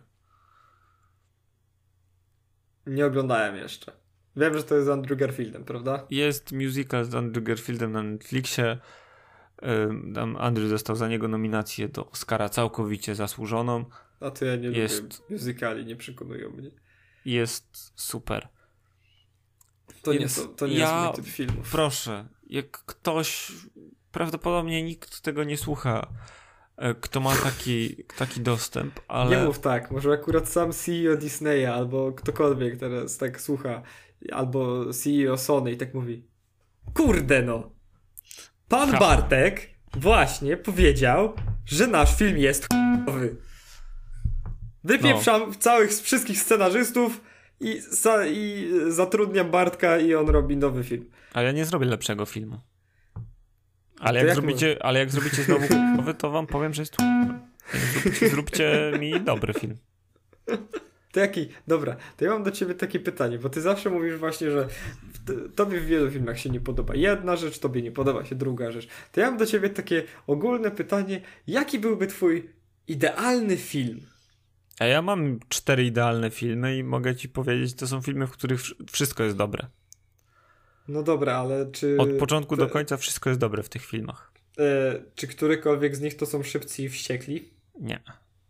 Nie oglądałem jeszcze. Wiem, że to jest z Andrew Garfieldem, prawda? Jest musical z Andrew Garfieldem na Netflixie. Andrew dostał za niego nominację do Oscara całkowicie zasłużoną. A to ja nie lubię musicali, nie przekonują mnie. Jest super. To nie jest mój typ filmów. Proszę, jak ktoś, prawdopodobnie nikt tego nie słucha, kto ma taki dostęp, ale... Nie mów tak, może akurat sam CEO Disneya albo ktokolwiek teraz tak słucha, albo CEO Sony i tak mówi: kurde no, pan Bartek właśnie powiedział, że nasz film jest ch**owy. Wypieprzam wszystkich scenarzystów i zatrudniam Bartka i on robi nowy film. Ale ja nie zrobię lepszego filmu. Ale jak zrobicie znowu ch**owy, to wam powiem, że jest zróbcie mi dobry film. Dobra, to ja mam do ciebie takie pytanie, bo ty zawsze mówisz właśnie, że tobie w wielu filmach się nie podoba jedna rzecz, tobie nie podoba się druga rzecz. To ja mam do ciebie takie ogólne pytanie, jaki byłby twój idealny film? A ja mam 4 idealne filmy i mogę ci powiedzieć, to są filmy, w których wszystko jest dobre. No dobra, ale czy... Od początku do końca wszystko jest dobre w tych filmach. Czy którykolwiek z nich to są Szybcy i Wściekli? Nie.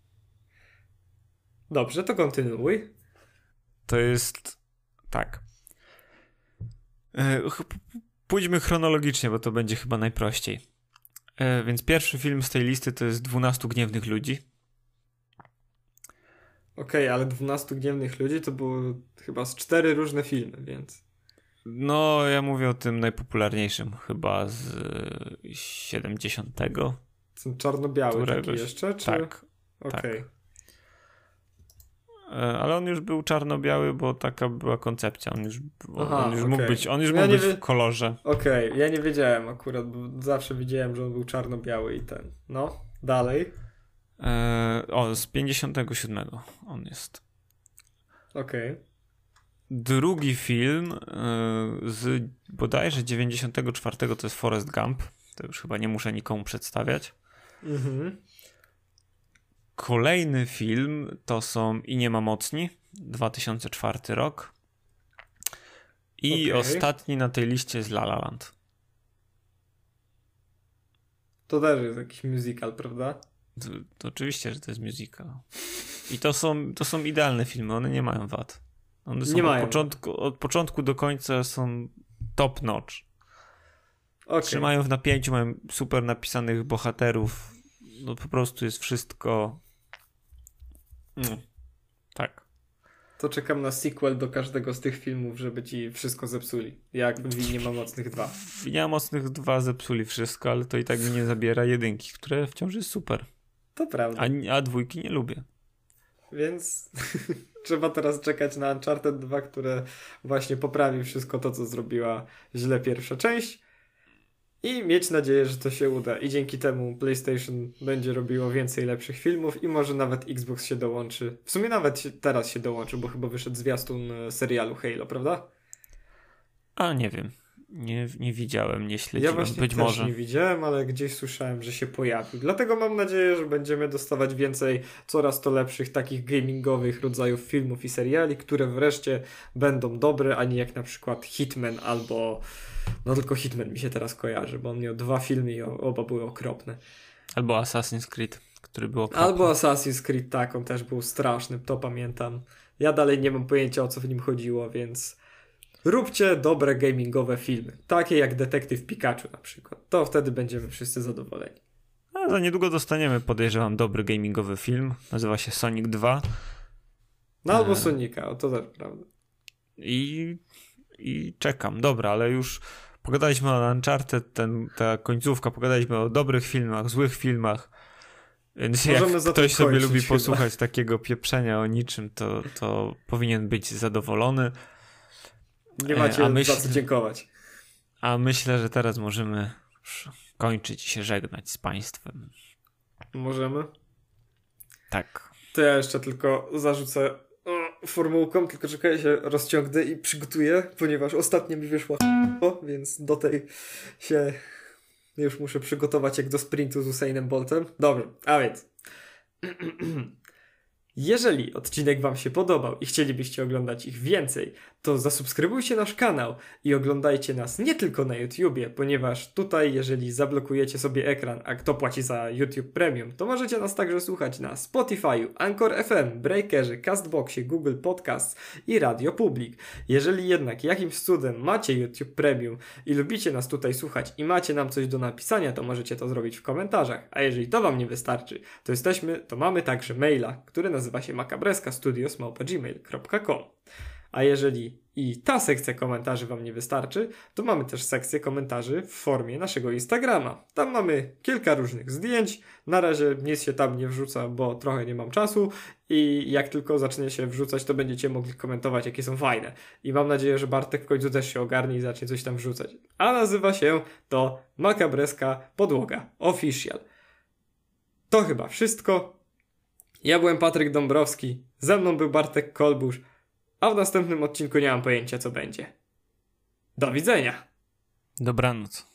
Dobrze, to kontynuuj. To jest... Tak. Pójdźmy chronologicznie, bo to będzie chyba najprościej. Więc pierwszy film z tej listy to jest 12 gniewnych ludzi. Okej, ale 12 gniewnych ludzi to były chyba z 4 różne filmy, więc... No, ja mówię o tym najpopularniejszym, chyba z 70. Są czarno-biały Któregoś... taki jeszcze, czy... Tak. Okej. Tak. Ale on już był czarno-biały, bo taka była koncepcja. On już mógł być, w kolorze. Okej, ja nie wiedziałem akurat, bo zawsze widziałem, że on był czarno-biały i ten. No, dalej. Z 57 on jest. Okej. Drugi film z bodajże 94 to jest Forrest Gump. To już chyba nie muszę nikomu przedstawiać. Mhm. Kolejny film to są I nie ma mocni, 2004 rok. I ostatni na tej liście jest La La Land. To też jest jakiś musical, prawda? To oczywiście, że to jest musical. I to są idealne filmy, one nie mają wad. One są od początku do końca są top notch. Trzymają w napięciu, mają super napisanych bohaterów. No po prostu jest wszystko... tak. To czekam na sequel do każdego z tych filmów, żeby ci wszystko zepsuli. Jak w Nie ma mocnych 2. W Nie ma mocnych 2 zepsuli wszystko, ale to i tak mi nie zabiera jedynki, które wciąż jest super. To prawda. A dwójki nie lubię. Więc trzeba teraz czekać na Uncharted 2, które właśnie poprawi wszystko to, co zrobiła źle pierwsza część. I mieć nadzieję, że to się uda. I dzięki temu PlayStation będzie robiło więcej lepszych filmów i może nawet Xbox się dołączy. W sumie nawet teraz się dołączy, bo chyba wyszedł zwiastun serialu Halo, prawda? A nie wiem. Nie widziałem, nie śledziłem. Ja właśnie Być też może. nie widziałem, ale gdzieś słyszałem, że się pojawił. Dlatego mam nadzieję, że będziemy dostawać więcej coraz to lepszych takich gamingowych rodzajów filmów i seriali, które wreszcie będą dobre, a nie jak na przykład Hitman albo... No tylko Hitman mi się teraz kojarzy, bo on miał 2 filmy i oba były okropne. Albo Assassin's Creed, który był okropny. Albo Assassin's Creed, tak, on też był straszny, to pamiętam. Ja dalej nie mam pojęcia, o co w nim chodziło, więc róbcie dobre gamingowe filmy, takie jak Detektyw Pikachu na przykład. To wtedy będziemy wszyscy zadowoleni. A za niedługo dostaniemy, podejrzewam, dobry gamingowy film. Nazywa się Sonic 2. No albo Sonika, to też prawda. I czekam. Dobra, ale już pogadaliśmy o Uncharted, ta końcówka, pogadaliśmy o dobrych filmach, złych filmach. Więc możemy jak ktoś sobie lubi posłuchać takiego pieprzenia o niczym, to powinien być zadowolony. Nie macie za co dziękować. A myślę, że teraz możemy kończyć i się żegnać z państwem. Możemy? Tak. To ja jeszcze tylko zarzucę formułką, tylko czekaj, się rozciągnę i przygotuję, ponieważ ostatnio mi wyszła więc do tej się już muszę przygotować jak do sprintu z Usainem Boltem. Dobrze, a więc jeżeli odcinek wam się podobał i chcielibyście oglądać ich więcej, to zasubskrybujcie nasz kanał i oglądajcie nas nie tylko na YouTubie, ponieważ tutaj, jeżeli zablokujecie sobie ekran, a kto płaci za YouTube Premium, to możecie nas także słuchać na Spotify'u, Anchor FM, Breakerze, Castboxie, Google Podcasts i Radio Public. Jeżeli jednak jakimś cudem macie YouTube Premium i lubicie nas tutaj słuchać i macie nam coś do napisania, to możecie to zrobić w komentarzach, a jeżeli to wam nie wystarczy, to mamy także maila, który nazywa się makabreskastudios@gmail.com. A jeżeli i ta sekcja komentarzy wam nie wystarczy, to mamy też sekcję komentarzy w formie naszego Instagrama. Tam mamy kilka różnych zdjęć. Na razie nic się tam nie wrzuca, bo trochę nie mam czasu i jak tylko zacznie się wrzucać, to będziecie mogli komentować, jakie są fajne. I mam nadzieję, że Bartek w końcu też się ogarnie i zacznie coś tam wrzucać. A nazywa się to Makabreska Podłoga Official. To chyba wszystko. Ja byłem Patryk Dąbrowski, ze mną był Bartek Kolbusz, a w następnym odcinku nie mam pojęcia, co będzie. Do widzenia! Dobranoc.